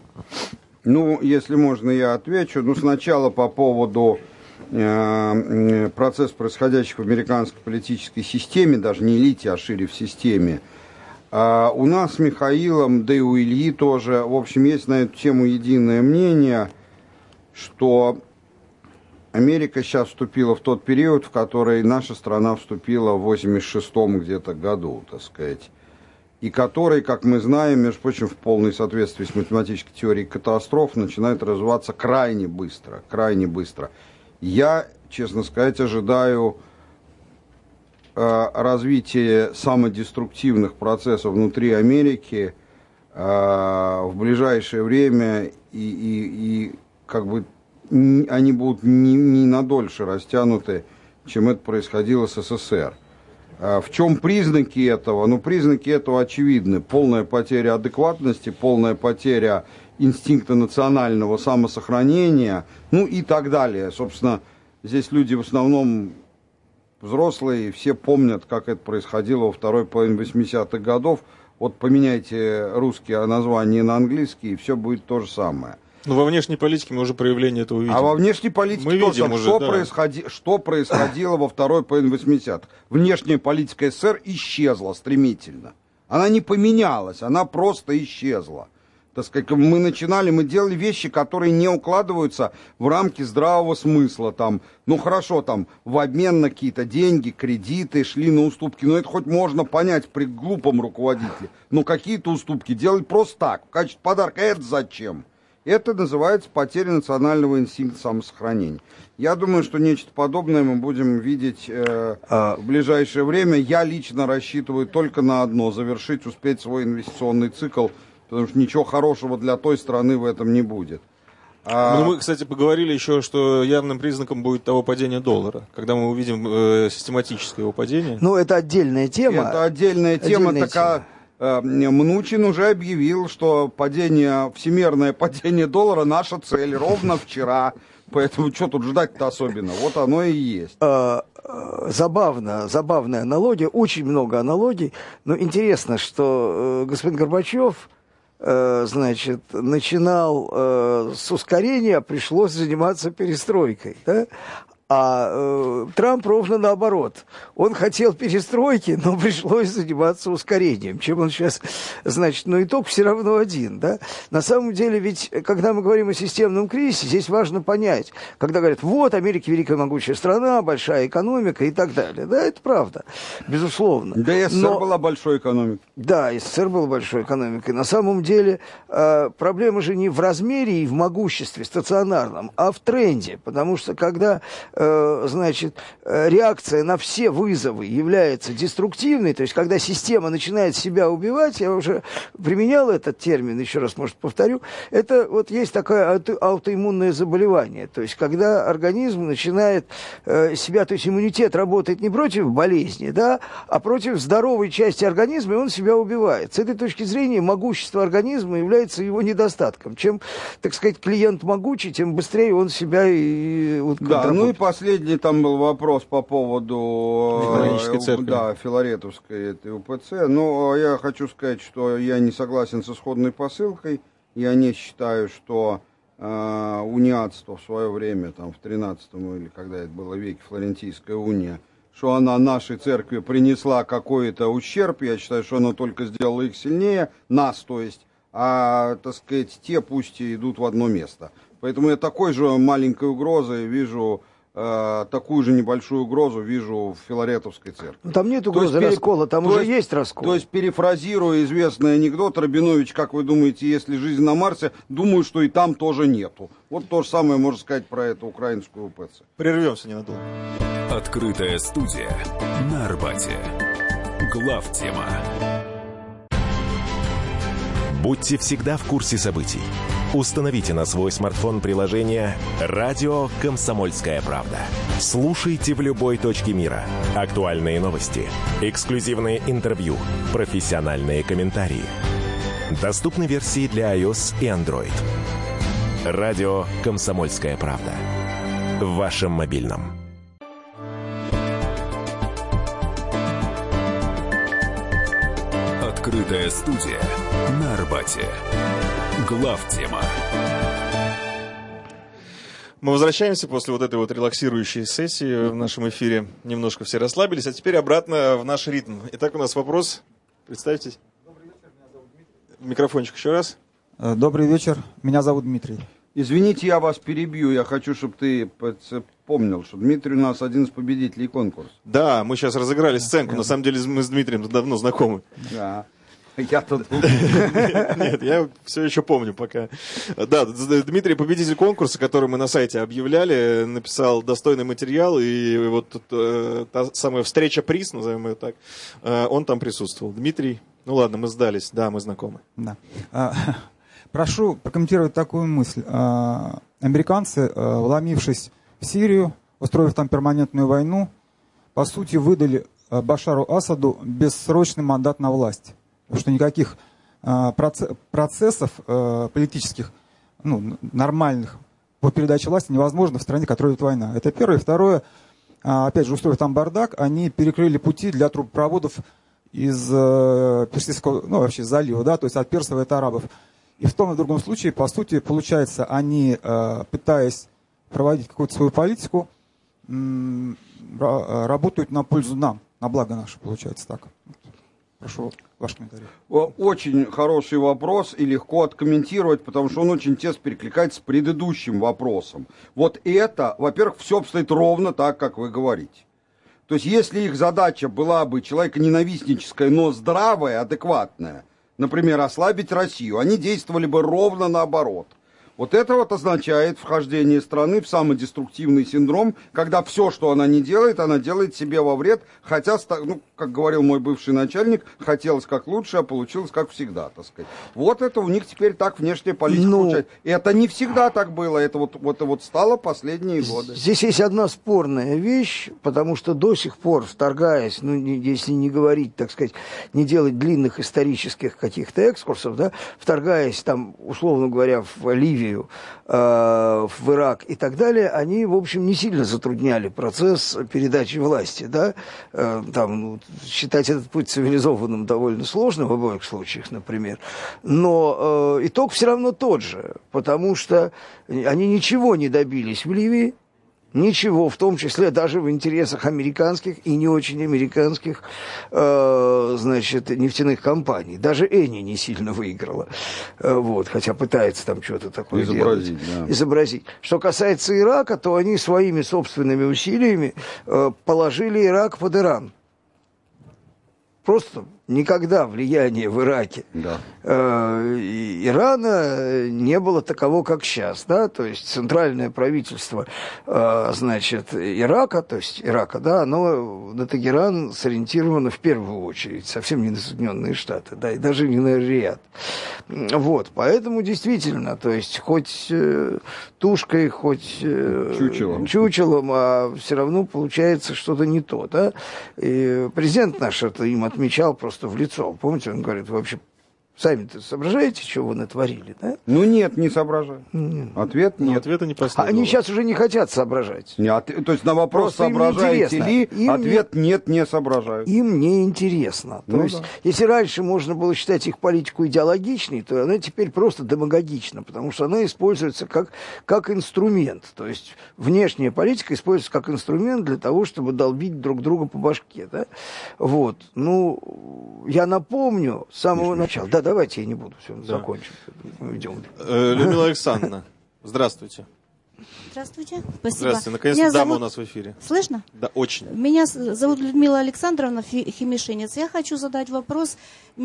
Ну, если можно, я отвечу. Ну, сначала по поводу процесс, происходящий в американской политической системе, даже не элите, а шире в системе. А у нас с Михаилом, да и у Ильи тоже, в общем, есть на эту тему единое мнение, что Америка сейчас вступила в тот период, в который наша страна вступила в восемьдесят шестом где-то году, так сказать, и который, как мы знаем, между прочим, в полном соответствии с математической теорией катастроф, начинает развиваться крайне быстро, крайне быстро. Я, честно сказать, ожидаю э, развития самодеструктивных процессов внутри Америки э, в ближайшее время, и, и, и как бы не, они будут не, не надольше растянуты, чем это происходило с эс эс эс эр. Э, в чем признаки этого? Ну, признаки этого очевидны. Полная потеря адекватности, полная потеря инстинкта национального самосохранения, ну и так далее. Собственно, здесь люди в основном взрослые, все помнят, как это происходило во второй половине восьмидесятых годов. Вот поменяйте русские названия на английские, и все будет то же самое. Ну, во внешней политике мы уже проявление этого видим. А во внешней политике мы тоже, видим уже, что, да. происходи, что происходило во второй половине восьмидесятых? Внешняя политика эс эс эс эр исчезла стремительно. Она не поменялась, она просто исчезла. Так сказать, мы начинали, мы делали вещи, которые не укладываются в рамки здравого смысла. Там, ну хорошо, там, в обмен на какие-то деньги, кредиты, шли на уступки. Но это хоть можно понять при глупом руководителе. Но какие-то уступки делать просто так, в качестве подарка. Это зачем? Это называется потеря национального инстинкта самосохранения. Я думаю, что нечто подобное мы будем видеть э, в ближайшее время. Я лично рассчитываю только на одно: завершить, успеть свой инвестиционный цикл. Потому что ничего хорошего для той страны в этом не будет. А... Ну, мы, кстати, поговорили еще, что явным признаком будет того падения доллара, когда мы увидим э, систематическое его падение. Ну, это отдельная тема. Это отдельная тема. Отдельная такая, э, Мнучин уже объявил, что падение, всемирное падение доллара наша цель. Ровно вчера Поэтому что тут ждать-то особенно? Вот оно и есть. Забавно, забавная аналогия, очень много аналогий, но интересно, что господин Горбачев, значит, начинал с ускорения, пришлось заниматься перестройкой, да? А э, Трамп ровно наоборот. Он хотел перестройки, но пришлось заниматься ускорением. Чем он сейчас, значит, но итог все равно один, да? На самом деле, ведь, когда мы говорим о системном кризисе, здесь важно понять, когда говорят, вот, Америка великая могучая страна, большая экономика и так далее. Да, это правда, безусловно. Да и СССР но... была большой экономикой. Да, СССР была большой экономикой. На самом деле, э, проблема же не в размере и в могуществе стационарном, а в тренде. Потому что, когда... значит, реакция на все вызовы является деструктивной, то есть когда система начинает себя убивать, я уже применял этот термин, еще раз, может, повторю, это вот есть такое аутоиммунное заболевание, то есть когда организм начинает себя, то есть иммунитет работает не против болезни, да, а против здоровой части организма, и он себя убивает. С этой точки зрения могущество организма является его недостатком. Чем, так сказать, клиент могучий, тем быстрее он себя и... Вот, да, ну и последний там был вопрос по поводу Механической церкви. Да, Филаретовской этой УПЦ. Но я хочу сказать, что я не согласен с исходной посылкой. Я не считаю, что э, униатство в свое время, там, в тринадцатом или когда это было веке, Флорентийская уния, что она нашей церкви принесла какой-то ущерб. Я считаю, что она только сделала их сильнее, нас, то есть, а, так сказать, те пусть и идут в одно место. Поэтому я такой же маленькой угрозой вижу, э, такую же небольшую угрозу вижу в Филаретовской церкви. Там нет угрозы пере... раскола, там уже есть, есть раскол. То есть, перефразируя известный анекдот, Рабинович, как вы думаете, если жизнь на Марсе, думаю, что и там тоже нету. Вот то же самое можно сказать про эту украинскую УПЦ. Прервемся ненадолго. Открытая студия на Арбате. Главтема. Будьте всегда в курсе событий. Установите на свой смартфон приложение «Радио Комсомольская правда». Слушайте в любой точке мира. Актуальные новости, эксклюзивные интервью, профессиональные комментарии. Доступны версии для iOS и Android. «Радио Комсомольская правда». В вашем мобильном. Открытая студия на Арбате. Главтема. Мы возвращаемся после вот этой вот релаксирующей сессии в нашем эфире. Немножко все расслабились, а теперь обратно в наш ритм. Итак, у нас вопрос. Представьтесь. Добрый вечер, меня зовут Дмитрий. Микрофончик еще раз. Добрый вечер, меня зовут Дмитрий. Извините, я вас перебью. Я хочу, чтобы ты помнил, что Дмитрий у нас один из победителей конкурса. Да, мы сейчас разыграли сценку. На самом деле мы с Дмитрием давно знакомы. Да. Я тут... Нет, я все еще помню пока. Да, Дмитрий, победитель конкурса, который мы на сайте объявляли, написал достойный материал, и вот тут, та самая встреча-приз, назовем ее так, он там присутствовал. Дмитрий, ну ладно, мы сдались, да, мы знакомы. Да. Прошу прокомментировать такую мысль. Американцы, вломившись в Сирию, устроив там перманентную войну, по сути выдали Башару Асаду бессрочный мандат на власть. Потому что никаких э, процессов э, политических, ну, нормальных по передаче власти невозможно в стране, в которой идет война. Это первое. Второе, э, опять же, устроив там бардак, они перекрыли пути для трубопроводов из э, Персидского, ну, вообще залива, да, то есть от персов и от арабов. И в том и в другом случае, по сути, получается, они, э, пытаясь проводить какую-то свою политику, э, работают на пользу нам, на благо наше, получается так. Прошу ваш комментарий. Очень хороший вопрос и легко откомментировать, потому что он очень тесно перекликается с предыдущим вопросом. Вот это, во-первых, все обстоит ровно так, как вы говорите. То есть, если их задача была бы человеконенавистническая, но здравая, адекватная, например, ослабить Россию, они действовали бы ровно наоборот. Вот это вот означает вхождение страны в самодеструктивный синдром, когда все, что она не делает, она делает себе во вред, хотя, ну, как говорил мой бывший начальник, хотелось как лучше, а получилось как всегда, так сказать. Вот это у них теперь так внешняя политика ну, получается. И это не всегда так было, это вот, вот, вот стало последние годы. Здесь есть одна спорная вещь, потому что до сих пор, вторгаясь, ну, если не говорить, так сказать, не делать длинных исторических каких-то экскурсов, да, вторгаясь там, условно говоря, в Ливию, Сирию, э, в Ирак и так далее, они, в общем, не сильно затрудняли процесс передачи власти. Да? Э, там, ну, считать этот путь цивилизованным довольно сложно в обоих случаях, например. Но э, итог все равно тот же, потому что они ничего не добились в Ливии, ничего, в том числе даже в интересах американских и не очень американских, э, значит, нефтяных компаний. Даже Эни не сильно выиграла, э, вот, хотя пытается там что-то такое изобразить, делать. Да. Изобразить. Что касается Ирака, то они своими собственными усилиями э, положили Ирак под Иран. Просто никогда влияние в Ираке да. э, Ирана не было таково, как сейчас, да, то есть центральное правительство, э, значит, Ирака, то есть Ирака, да, оно на Тегеран сориентировано в первую очередь, совсем не на Соединенные Штаты, да, и даже не на Риад. Вот, поэтому действительно, то есть хоть э, тушкой, хоть э, чучелом. чучелом, а все равно получается что-то не то, да. И президент наш это им отмечал просто в лицо. Помните, он говорит, вы вообще сами-то соображаете, что вы натворили, да? Ну нет, не соображаю. Нет. Ответ нет. Но ответа не последовало. Они сейчас уже не хотят соображать. Нет, то есть на вопрос, просто соображаете ли, им ответ не, нет, не соображают. Им не интересно. То ну, есть, да. если раньше можно было считать их политику идеологичной, то она теперь просто демагогична, потому что она используется как, как инструмент. То есть, внешняя политика используется как инструмент для того, чтобы долбить друг друга по башке. Да? Вот. Ну, я напомню с самого Конечно. начала. Да, давайте я не буду, все, да. закончим. Идем. Людмила Александровна, здравствуйте. Здравствуйте, спасибо. Здравствуйте, наконец-то Меня дама зовут... у нас в эфире. Слышно? Да, очень. Меня зовут Людмила Александровна Химишинец. Я хочу задать вопрос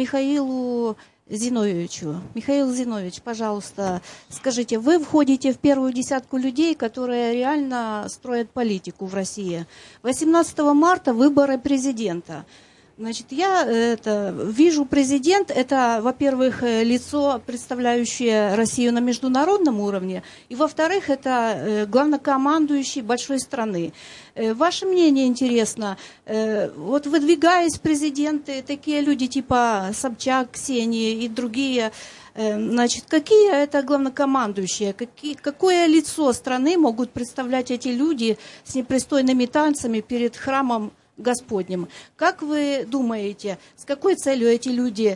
Михаилу Зиновьевичу. Михаил Зиновьевич, пожалуйста, скажите, вы входите в первую десятку людей, которые реально строят политику в России. восемнадцатого марта выборы президента. Значит, я это, вижу президент, это, во-первых, лицо, представляющее Россию на международном уровне, и, во-вторых, это главнокомандующий большой страны. Ваше мнение интересно, вот выдвигаясь в президенты, такие люди типа Собчак, Ксении и другие, значит, какие это главнокомандующие, какие, какое лицо страны могут представлять эти люди с непристойными танцами перед храмом Господним? Как вы думаете, с какой целью эти люди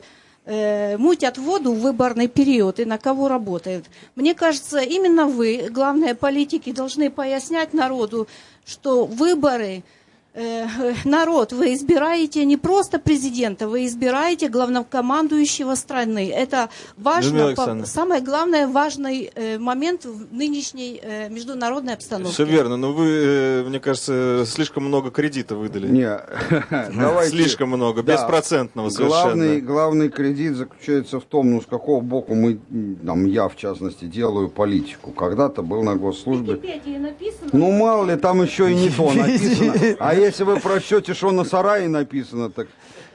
э, мутят воду в выборный период и на кого работают? Мне кажется, именно вы, главные политики, должны пояснять народу, что выборы, э, народ, вы избираете не просто президента, вы избираете главнокомандующего страны. Это важно, по, самый главный важный э, момент в нынешней э, международной обстановке. Все верно, но вы, э, мне кажется, слишком много кредита выдали. Не, давайте. Слишком много, да. Беспроцентного совершенно. Главный, главный кредит заключается в том, ну, с какого боку мы, там, я в частности, делаю политику. Когда-то был на госслужбе. В Википедии написано. Ну, мало ли, там еще и не то написано. А если вы прочтете, что на сарае написано, так...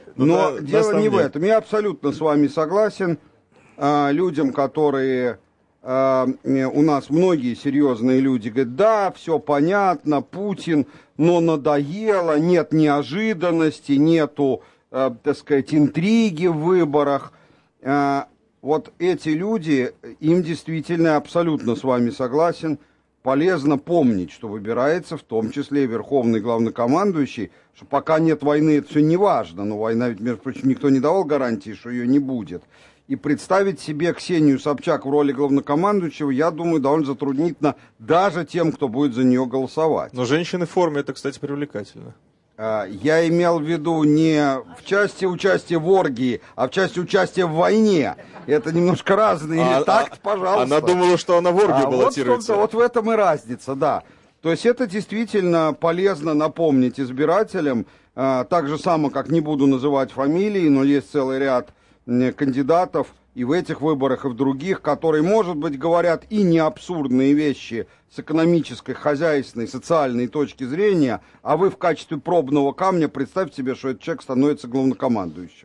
Но да, дело не в этом. Я абсолютно с вами согласен. А, людям, которые... А, у нас многие серьезные люди говорят, да, все понятно, Путин, но надоело, нет неожиданности, нету, а, так сказать, интриги в выборах. А, вот эти люди, им действительно абсолютно с вами согласен, полезно помнить, что выбирается в том числе верховный главнокомандующий, что пока нет войны, это все не важно, но война ведь, между прочим, никто не давал гарантии, что ее не будет. И представить себе Ксению Собчак в роли главнокомандующего, я думаю, довольно затруднительно даже тем, кто будет за нее голосовать. Но женщины в форме, это, кстати, привлекательно. Я имел в виду не в части участия в оргии, а в части участия в войне. Это немножко разные а, такт, а, пожалуйста. Она думала, что она в оргию а баллотируется. Вот, вот в этом и разница, да. То есть это действительно полезно напомнить избирателям, а, так же само, как не буду называть фамилии, но есть целый ряд а, кандидатов и в этих выборах, и в других, которые, может быть, говорят и не абсурдные вещи с экономической, хозяйственной, социальной точки зрения, а вы в качестве пробного камня представьте себе, что этот человек становится главнокомандующим.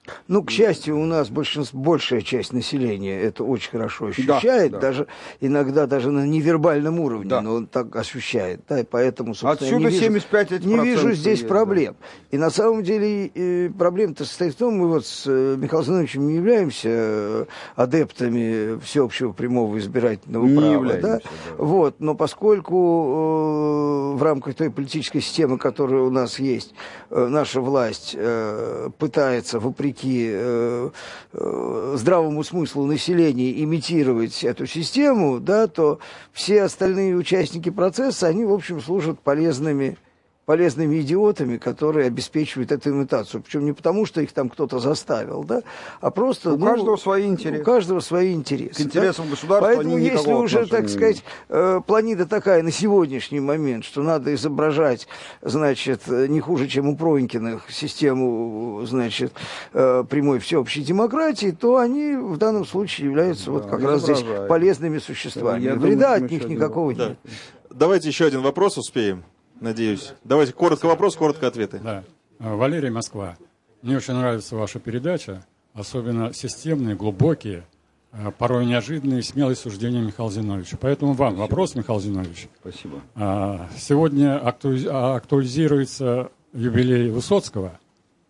Ну, к счастью, у нас большинство, большая часть населения это очень хорошо ощущает, да, да. даже иногда даже на невербальном уровне, да. но он так ощущает, да, и поэтому, собственно, отсюда я не вижу, не вижу здесь есть, проблем. Да. И на самом деле проблема-то состоит в том, мы вот с Михаилом Зиновьевичем не являемся адептами всеобщего прямого избирательного не права, являемся, да? Да. Вот, но поскольку э, в рамках той политической системы, которая у нас есть, э, наша власть э, пытается, вопреки э, э, здравому смыслу населения имитировать эту систему, да, то все остальные участники процесса, они, в общем, служат полезными полезными идиотами, которые обеспечивают эту имитацию. Причем не потому, что их там кто-то заставил, да, а просто... У ну, каждого свои интересы. У каждого свои интересы. К интересам да? государства Поэтому они если уже, так не сказать, э, планида такая на сегодняшний момент, что надо изображать, значит, не хуже, чем у Пронькиных, систему, значит, э, прямой всеобщей демократии, то они в данном случае являются да, вот как раз здесь полезными существами. Я Вреда думаю, от них никакого да. нет. Давайте еще один вопрос успеем. Надеюсь. Давайте коротко вопрос, коротко ответы. Да. Валерий, Москва. Мне очень нравится ваша передача, особенно системные, глубокие, порой неожиданные, смелые суждения Михаила Зиновьевича. Поэтому вам Спасибо. Вопрос, Михаил Зиновьевич. Спасибо. Сегодня актуализируется юбилей Высоцкого.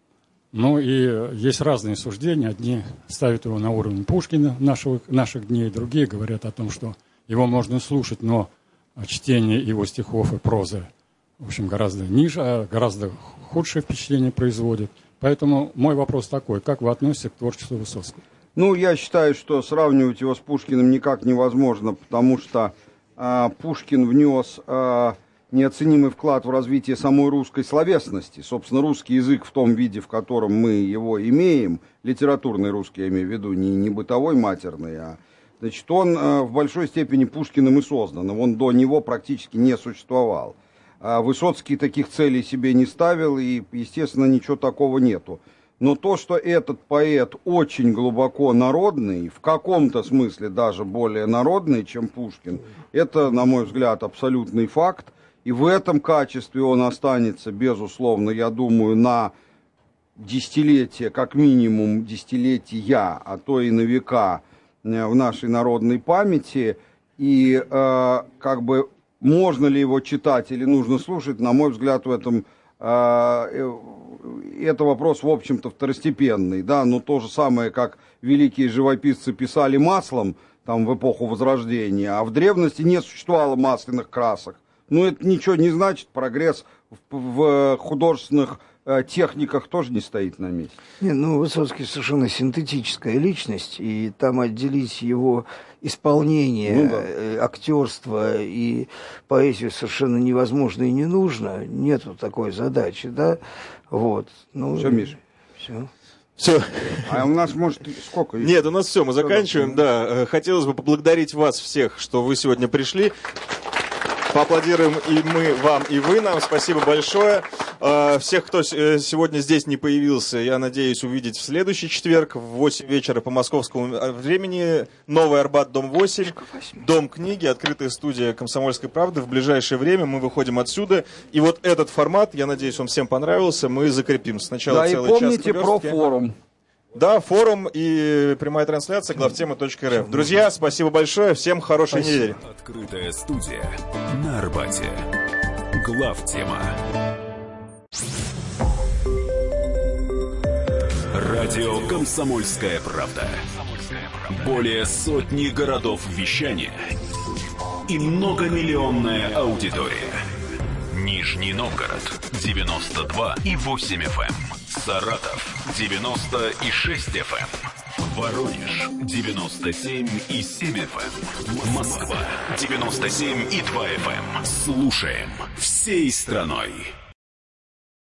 Ну и есть разные суждения. Одни ставят его на уровень Пушкина нашего, наших дней, другие говорят о том, что его можно слушать, но чтение его стихов и прозы в общем, гораздо ниже, а гораздо худшее впечатление производит. Поэтому мой вопрос такой, как вы относитесь к творчеству Высоцкого? Ну, я считаю, что сравнивать его с Пушкиным никак невозможно, потому что э, Пушкин внес э, неоценимый вклад в развитие самой русской словесности. Собственно, русский язык в том виде, в котором мы его имеем, литературный русский, я имею в виду, не, не бытовой матерный, а значит, он э, в большой степени Пушкиным и создан, он до него практически не существовал. Высоцкий таких целей себе не ставил, и, естественно, ничего такого нету. Но то, что этот поэт очень глубоко народный, в каком-то смысле даже более народный, чем Пушкин, это, на мой взгляд, абсолютный факт. И в этом качестве он останется, безусловно, я думаю, на десятилетия, как минимум десятилетия, а то и на века в нашей народной памяти. И э, как бы... Можно ли его читать или нужно слушать, на мой взгляд, в этом э, это вопрос, в общем-то, второстепенный, да, но то же самое, как великие живописцы писали маслом, там, в эпоху Возрождения, а в древности не существовало масляных красок. Ну, это ничего не значит, прогресс в, в художественных э, техниках тоже не стоит на месте. Не, ну, Высоцкий совершенно синтетическая личность, и там отделить его исполнение, ну, да. актерство и поэзию совершенно невозможно и не нужно. Нету такой задачи, да? Вот. Ну, все, Миша. Все. Все. А у нас, может, сколько? Нет, у нас все, мы заканчиваем. Да, хотелось бы поблагодарить вас всех, что вы сегодня пришли. Поаплодируем и мы вам, и вы нам. Спасибо большое. Всех, кто сегодня здесь не появился, я надеюсь увидеть в следующий четверг в восемь вечера по московскому времени. Новый Арбат, дом восемь, Дом книги, открытая студия «Комсомольской правды». В ближайшее время мы выходим отсюда. И вот этот формат, я надеюсь, вам всем понравился, мы закрепим. Сначала да, целый и помните час про форум. Да, форум и прямая трансляция главтема точка эр эф. Друзья, спасибо большое, всем хорошей спасибо. недели. Открытая студия на Арбате. Главтема. Радио «Комсомольская правда». Более сотни городов вещания и многомиллионная аудитория. Нижний Новгород девяносто два и восемь эф эм. Саратов девяносто и шесть эф эм. Воронеж девяносто семь и семь эф эм. Москва девяносто семь и два эф эм. Слушаем всей страной.